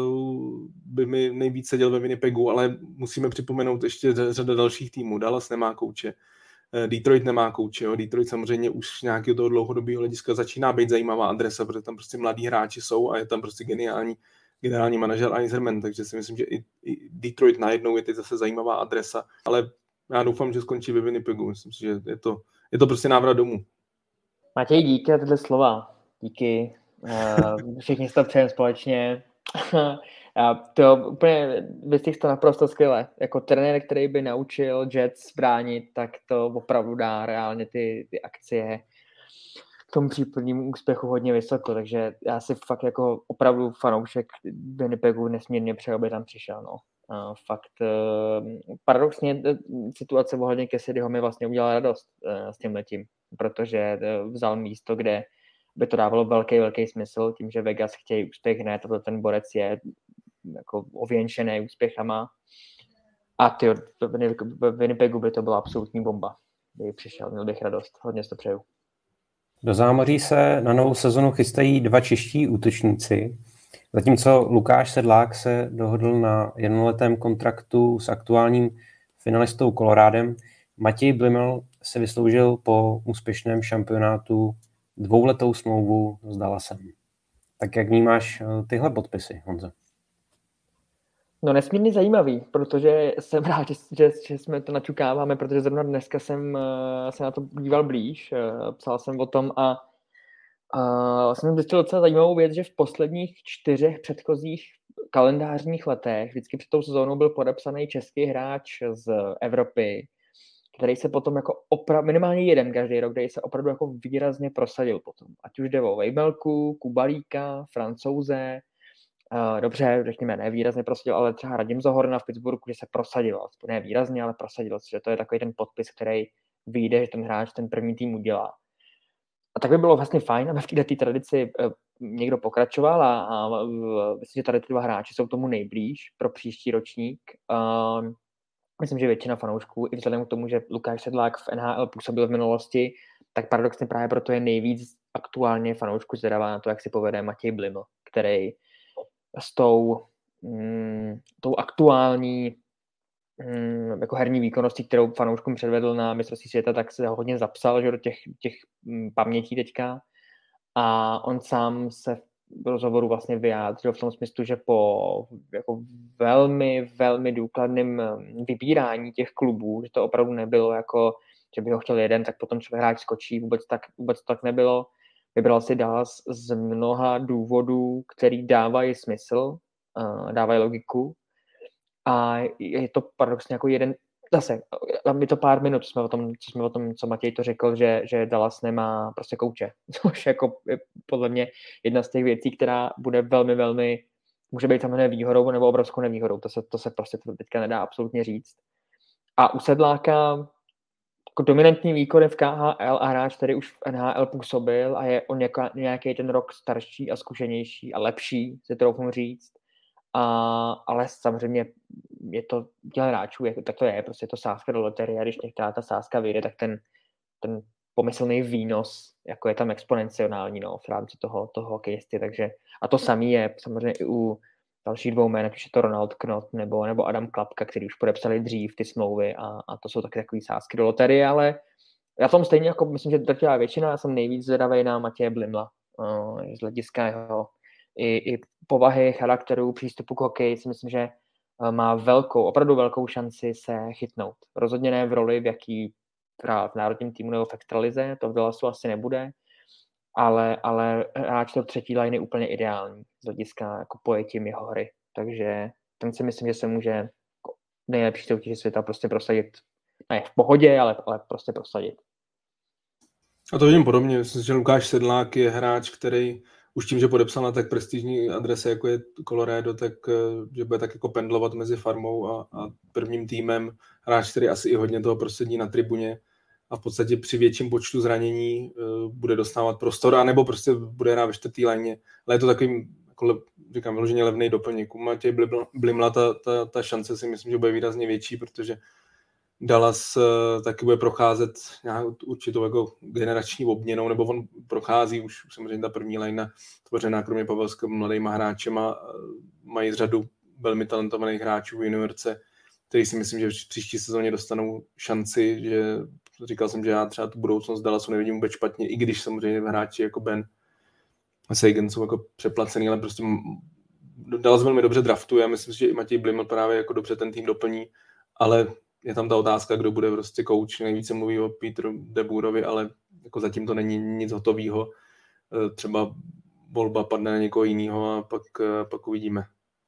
by mi nejvíc seděl ve Winnipegu, ale musíme připomenout ještě řada dalších týmů. Dallas nemá kouče, Detroit nemá kouče, jo. Detroit samozřejmě už nějakého toho dlouhodobého hlediska začíná být zajímavá adresa, protože tam prostě mladí hráči jsou a je tam prostě geniální generální manažer Yzerman, takže si myslím, že i, i Detroit najednou je teď zase zajímavá adresa, ale já doufám, že skončí ve Winnipegu. Myslím si, že je to, je to prostě návrat domů.
Matěj, díky za tyhle slova. Díky. Uh, všichni si to přejeme společně. uh, to úplně vystih to naprosto skvěle. Jako trenér, který by naučil Jets bránit, tak to opravdu dá reálně ty, ty akcie k tomu případnímu úspěchu hodně vysoko, takže já si fakt jako opravdu fanoušek Winnipegu nesmírně přeju, aby tam přišel. No. Uh, fakt uh, paradoxně situace ohledně Cassidyho mi vlastně udělala radost uh, s tímhletím, protože uh, vzal místo, kde by to dávalo velký, velký smysl, tím, že Vegas chtějí úspěch hned, a ten borec je jako ověnčený úspěchama. A tyjo, v Winnipegu by to byla absolutní bomba, kdyby přišel, měl bych radost, hodně si to přeju.
Do zámoří se na novou sezonu chystají dva čeští útočníci, zatímco Lukáš Sedlák se dohodl na jednoletém kontraktu s aktuálním finalistou Colorádem. Matěj Bliml se vysloužil po úspěšném šampionátu dvouletou smlouvu s Dallasem. Tak jak vnímáš tyhle podpisy, Honzo?
No nesmírně zajímavý, protože jsem rád, že, že, že jsme to načukáváme, protože zrovna dneska jsem se na to díval blíž, psal jsem o tom a, a jsem zjistil docela zajímavou věc, že v posledních čtyřech předchozích kalendářních letech vždycky před tou sezónou byl podepsaný český hráč z Evropy, který se potom jako opravdu, minimálně jeden každý rok, který se opravdu jako výrazně prosadil potom. Ať už jde o Vejmelku, Kubalíka, Francouze, uh, dobře, řekněme, ne výrazně prosadil, ale třeba Radim Zohorna v Pittsburghu, že se prosadil, ne výrazně, ale prosadil se, že to je takový ten podpis, který vyjde, že ten hráč ten první tým udělá. A tak by bylo vlastně fajn, aby v této tradici uh, někdo pokračoval a, a uh, myslím, že tady ty dva hráči jsou tomu nejblíž pro příští ročník. Uh, Myslím, že většina fanoušků, i vzhledem k tomu, že Lukáš Sedlák v N H L působil v minulosti, tak paradoxně právě proto je nejvíc aktuálně fanoušků zvědavá na to, jak si povede Matěj Bliml, který s tou, mm, tou aktuální mm, jako herní výkonností, kterou fanouškům předvedl na mistrovství světa, tak se hodně zapsal, že do těch, těch mm, pamětí teďka. A on sám se v rozhovoru vlastně vyjádřil v tom smyslu, že po jako velmi, velmi důkladným vybírání těch klubů, že to opravdu nebylo jako, že by ho chtěl jeden, tak potom člověk hráč skočí, vůbec tak, vůbec tak nebylo. Vybral si Dallas z mnoha důvodů, který dávají smysl, dávají logiku a je to paradoxně jako jeden, zase, je to pár minut, co jsme o tom, co, jsme o tom, co Matěj to řekl, že, že Dallas nemá prostě kouče, což jako je podle mě jedna z těch věcí, která bude velmi, velmi, může být samozřejmě výhodou nebo obrovskou nevýhodou, to se, to se prostě teďka nedá absolutně říct. A u Sedláka jako dominantní výkon v K H L a hráč, který už v N H L působil a je on nějaká, nějaký ten rok starší a zkušenější a lepší, si troufnu říct. A, ale samozřejmě je to děl hráčů, je, tak to je, prostě je to sázka do loterie a když některá ta sázka vyjde, tak ten, ten pomyslný výnos jako je tam exponenciální no, v rámci toho, toho hokejisty, takže a to samý je samozřejmě i u dalších dvou jmen, když je to Ronald Knott nebo, nebo Adam Klapka, který už podepsali dřív ty smlouvy a, a to jsou taky takový sázky do loterie, ale já tom stejně jako myslím, že drtivá většina, já jsem nejvíc zvědavej na Matěje Blimla uh, z hlediska jeho i, i povahy, charakteru, přístupu k hokeji, si myslím, že má velkou, opravdu velkou šanci se chytnout. Rozhodně ne v roli, v jaký v národním týmu nebo v extralize, to v Dallasu asi nebude, ale, ale hráč to třetí line je úplně ideální z hlediska jako pojetím jeho hry. Takže ten si myslím, že se může nejlepší soutěži světa prostě prosadit. Ne v pohodě, ale, ale prostě prosadit.
A to vidím podobně. Myslím, že Lukáš Sedlák je hráč, který už tím, že podepsal na tak prestižní adrese, jako je Colorado, tak že bude tak jako pendlovat mezi farmou a, a prvním týmem. Hráč, který asi i hodně toho prosedí na tribuně a v podstatě při větším počtu zranění uh, bude dostávat prostor, anebo prostě bude hrát ve čtvrtý léně. Ale je to takovým jako, říkám, vyloženě levnej doplněk. U Matěj Blimla ta, ta, ta šance si myslím, že bude výrazně větší, protože Dallas uh, taky bude procházet nějakou určitou jako generační obměnou, nebo on prochází už, už samozřejmě ta první lajna tvořená kromě Pavelského mladýma hráčema, mají řadu velmi talentovaných hráčů v juniorce, který si myslím, že v příští sezóně dostanou šanci, že říkal jsem, že já třeba tu budoucnost Dallasu nevidím vůbec špatně, i když samozřejmě hráči jako Ben Sagan jsou jako přeplacený, ale prostě Dallas velmi dobře draftuje a myslím si, že i Matěj Bliml právě jako dobře ten tým doplní, ale je tam ta otázka, kdo bude prostě coach. Nejvíce mluví o Petru DeBoorerovi, ale jako zatím to není nic hotového. Třeba volba padne na někoho jiného a pak, pak uvidíme.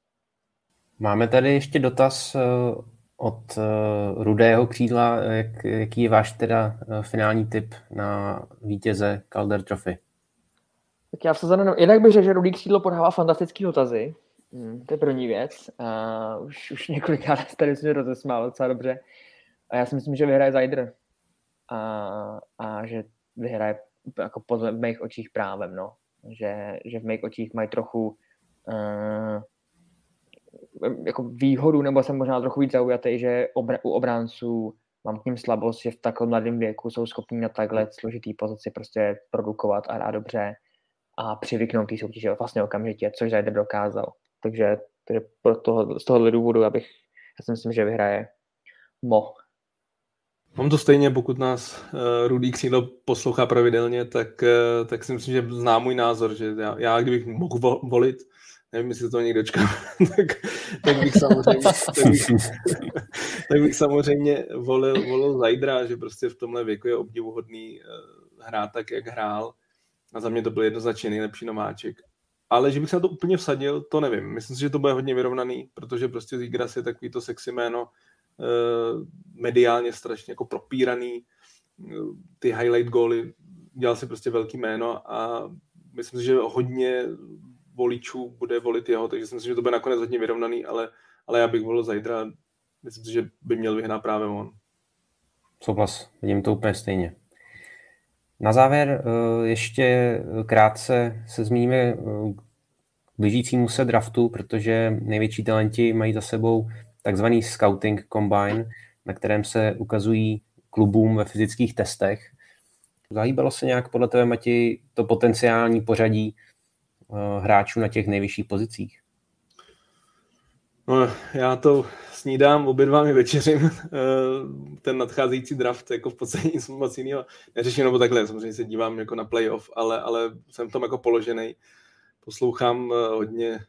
Máme tady ještě dotaz od Rudého křídla. Jak, jaký je váš teda finální tip na vítěze Calder Trophy?
Tak já se zanem, jednak bych řekl, že Rudý křídlo podává fantastické dotazy. Hmm, to je první věc. Uh, už, už několikrát tady se rozesmál docela dobře. A já si myslím, že vyhraje Zajdr. A, a že vyhraje jako v mých očích právem. No. Že, že v mých očích mají trochu uh, jako výhodu, nebo jsem možná trochu víc zaujatý, že obr- u obránců mám k ním slabost, že v takovém mladém věku jsou schopní na takhle složitý pozici prostě produkovat a hrát dobře a přivyknout té soutěže vlastně okamžitě, což Zajdr dokázal. Takže, takže pro toho, z tohohle důvodu já, bych, já si myslím, že vyhraje Mo.
Mám to stejně, pokud nás uh, Rudý křídlo poslouchá pravidelně, tak, uh, tak si myslím, že zná můj názor, že já, já kdybych mohl volit, nevím, jestli to někdo čeká, tak, tak, bych samozřejmě, tak, bych, tak bych samozřejmě volil, volil Zajdra, že prostě v tomhle věku je obdivuhodný uh, hrát tak, jak hrál. A za mě to byl jednoznačně nejlepší nováček. Ale že bych se na to úplně vsadil, to nevím. Myslím si, že to bude hodně vyrovnaný, protože prostě Zegras je takový to sexy jméno, uh, mediálně strašně jako propíraný, uh, ty highlight góly, dělal si prostě velký jméno a myslím si, že hodně voličů bude volit jeho, takže si myslím, že to bude nakonec hodně vyrovnaný, ale, ale já bych volil Zajdra, myslím si, že by měl vyhrát právě on.
Souhlas, vidím to úplně stejně. Na závěr ještě krátce se zmíníme k blížícímu se draftu, protože největší talenti mají za sebou takzvaný scouting combine, na kterém se ukazují klubům ve fyzických testech. Zahýbalo se nějak podle tebe, Mati, to potenciální pořadí hráčů na těch nejvyšších pozicích?
No, já to snídám, obědvám i večeřím. Ten nadcházející draft jako v podstatě nic moc jiného neřeším, nebo takhle, samozřejmě se dívám jako na playoff, ale, ale jsem v tom jako položený. Poslouchám hodně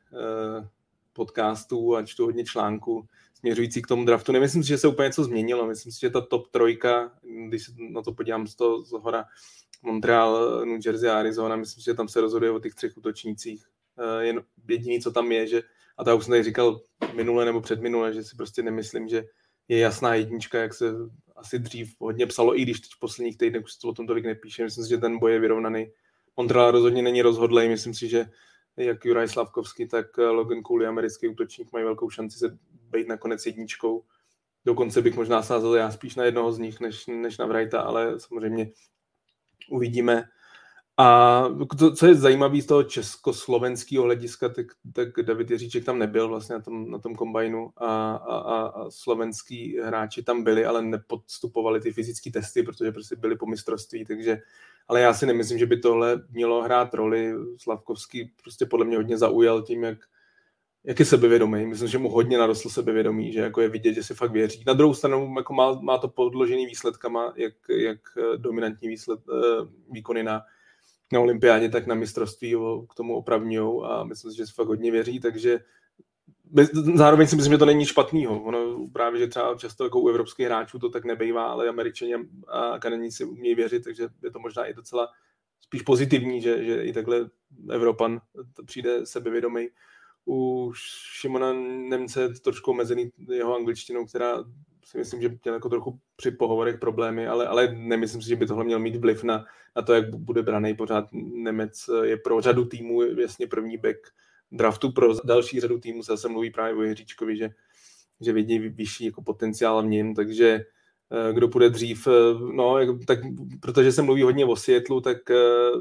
podcastů a čtu hodně článků směřující k tomu draftu. Nemyslím si, že se úplně něco změnilo. Myslím si, že ta top trojka, když se na to podívám z toho zhora, Montreal, New Jersey a Arizona, myslím si, že tam se rozhoduje o těch třech útočnících. Jen jediný, co tam je, že a to já už jsem tady říkal minule nebo předminule, že si prostě nemyslím, že je jasná jednička, jak se asi dřív hodně psalo, i když teď v posledních týdnech už se o tom tolik nepíše. Myslím si, že ten boj je vyrovnaný. Montreal rozhodně není rozhodlej. Myslím si, že jak Juraj Slavkovský, tak Logan Cooley, americký útočník, mají velkou šanci se být nakonec jedničkou. Dokonce bych možná sázel já spíš na jednoho z nich, než, než na Wrighta, ale samozřejmě uvidíme. A to, co je zajímavé z toho československého hlediska, tak, tak David Jiříček tam nebyl vlastně na tom, na tom kombajnu a, a, a slovenský hráči tam byli, ale nepodstupovali ty fyzické testy, protože prostě byli po mistrovství, takže, ale já si nemyslím, že by tohle mělo hrát roli. Slavkovský prostě podle mě hodně zaujal tím, jak, jak je sebevědomý. Myslím, že mu hodně narostl sebevědomí, že jako je vidět, že si fakt věří. Na druhou stranu jako má, má to podložený výsledkama, jak, jak dominantní výsled, výkony na na olympiádě, tak na mistrovství k tomu opravňujou a myslím si, že se fakt hodně věří, takže zároveň si myslím, že to není špatnýho. Ono právě, že třeba často jako u evropských hráčů to tak nebejvá, ale Američani a Kanaděni umějí věřit, takže je to možná i docela spíš pozitivní, že, že i takhle Evropan přijde sebevědomý. U Šimona Nemce je trošku omezený jeho angličtinou, která si myslím, že měl jako trochu při pohovorech problémy, ale, ale nemyslím si, že by tohle měl mít vliv na, na to, jak bude braný pořád Němec. Je pro řadu týmů jasně první back draftu, pro další řadu týmů se zase mluví právě o Jiříčkovi, že, že vidí vyšší jako potenciál v něm, takže kdo půjde dřív, no, tak protože se mluví hodně o Seattlu, tak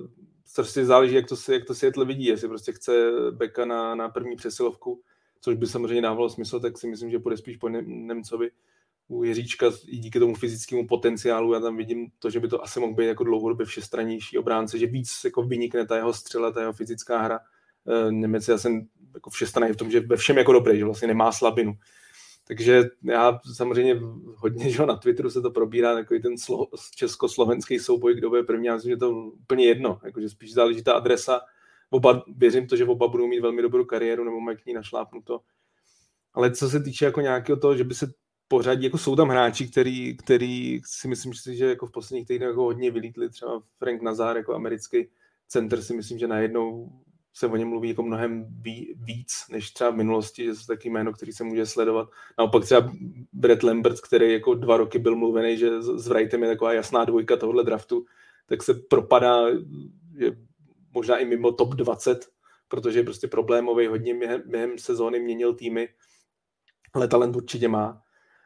prostě záleží, jak to, jak to Seattle vidí, jestli prostě chce beka na, na první přesilovku, což by samozřejmě dávalo smysl, tak si myslím, že půjde spíš po Němcovi. U Jiříčka i díky tomu fyzickému potenciálu, já tam vidím to, že by to asi mohl být jako dlouhodobě všestrannější obránce, že víc jako vynikne ta jeho střela, ta jeho fyzická hra. Němec je asi jako všestranný v tom, že ve všem jako dobrý, že vlastně nemá slabinu. Takže já samozřejmě hodně, že na Twitteru se to probírá, takový ten slo, československý souboj, kdo bude první, já myslím, že to úplně jedno, jakože spíš záleží ta adresa. Oba, věřím to, že oba budou mít velmi dobrou kariéru, nebo mají k ní našlápnuto. Ale co se týče jako nějakého toho, že by se pořadí, jako jsou tam hráči, který, který si myslím, že jako v posledních týdnech jako hodně vylítli, třeba Frank Nazar jako americký center, si myslím, že najednou se o něm mluví jako mnohem víc, než třeba v minulosti, že jsou taky jméno, který se může sledovat. Naopak třeba Brett Lambert, který jako dva roky byl mluvený, že s Wrightem je taková jasná dvojka tohohle draftu, tak se propadá, je možná i mimo top dvacet, protože je prostě problémový, hodně během, během sezóny měnil týmy, ale talent určitě má.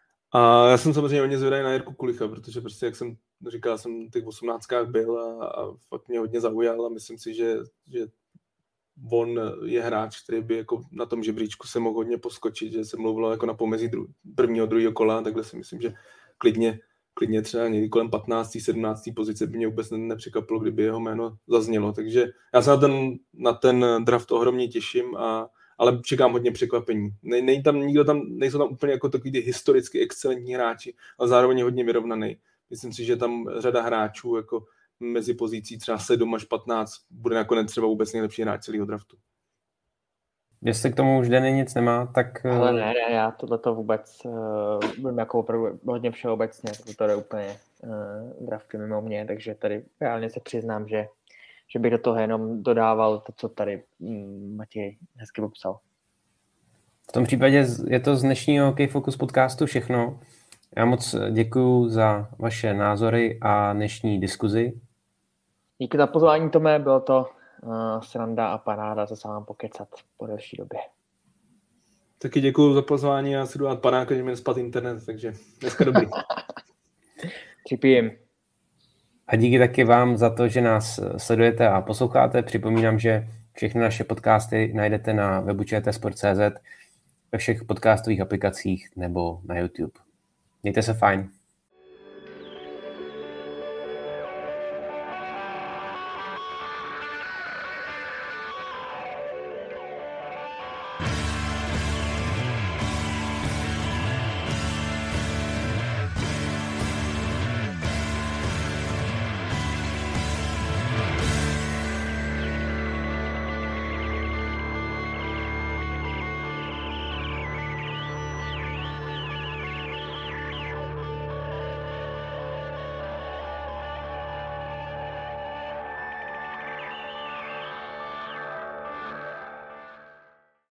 A já jsem samozřejmě hodně zvědavý na Jirku Kulicha, protože prostě, jak jsem říkal, jsem v těch osmnáctkách byl a, a fakt mě hodně zaujal a myslím si, že, že on je hráč, který by jako na tom žebříčku se mohl hodně poskočit, že se mluvilo jako na pomezí dru- prvního, druhého kola, takhle si myslím, že klidně, klidně třeba někdy kolem patnácté sedmnácté pozice by mě vůbec nepřekvapilo, kdyby jeho jméno zaznělo. Takže já se na ten, na ten draft ohromně těším, a, ale čekám hodně překvapení. Ne, nej tam, nikdo tam, nejsou tam úplně jako takový ty historicky excelentní hráči, ale zároveň hodně vyrovnaný. Myslím si, že tam řada hráčů jako mezi pozicí třeba sedm až patnáct bude nakonec třeba vůbec nejlepší hráč celého draftu.
Jestli k tomu už Denny nic nemá, tak...
Ale ne, ne, já tohleto vůbec uh, budem jako opravdu hodně všeobecně, to je úplně uh, drafty mimo mě, takže tady reálně se přiznám, že, že bych do toho jenom dodával to, co tady um, Matěj hezky popsal.
V tom případě je to z dnešního Hokej Focus podcastu všechno. Já moc děkuju za vaše názory a dnešní diskuzi.
Díky za pozvání, Tome, bylo to uh, sranda a paráda se s vámi pokecat po delší době.
Taky děkuju za pozvání, já si jdu dát panáka, že mi nespat internet, takže dneska dobrý.
Připijím.
A díky taky vám za to, že nás sledujete a posloucháte. Připomínám, že všechny naše podcasty najdete na webu č t sport tečka cé zet, ve všech podcastových aplikacích nebo na YouTube. Mějte se fajn.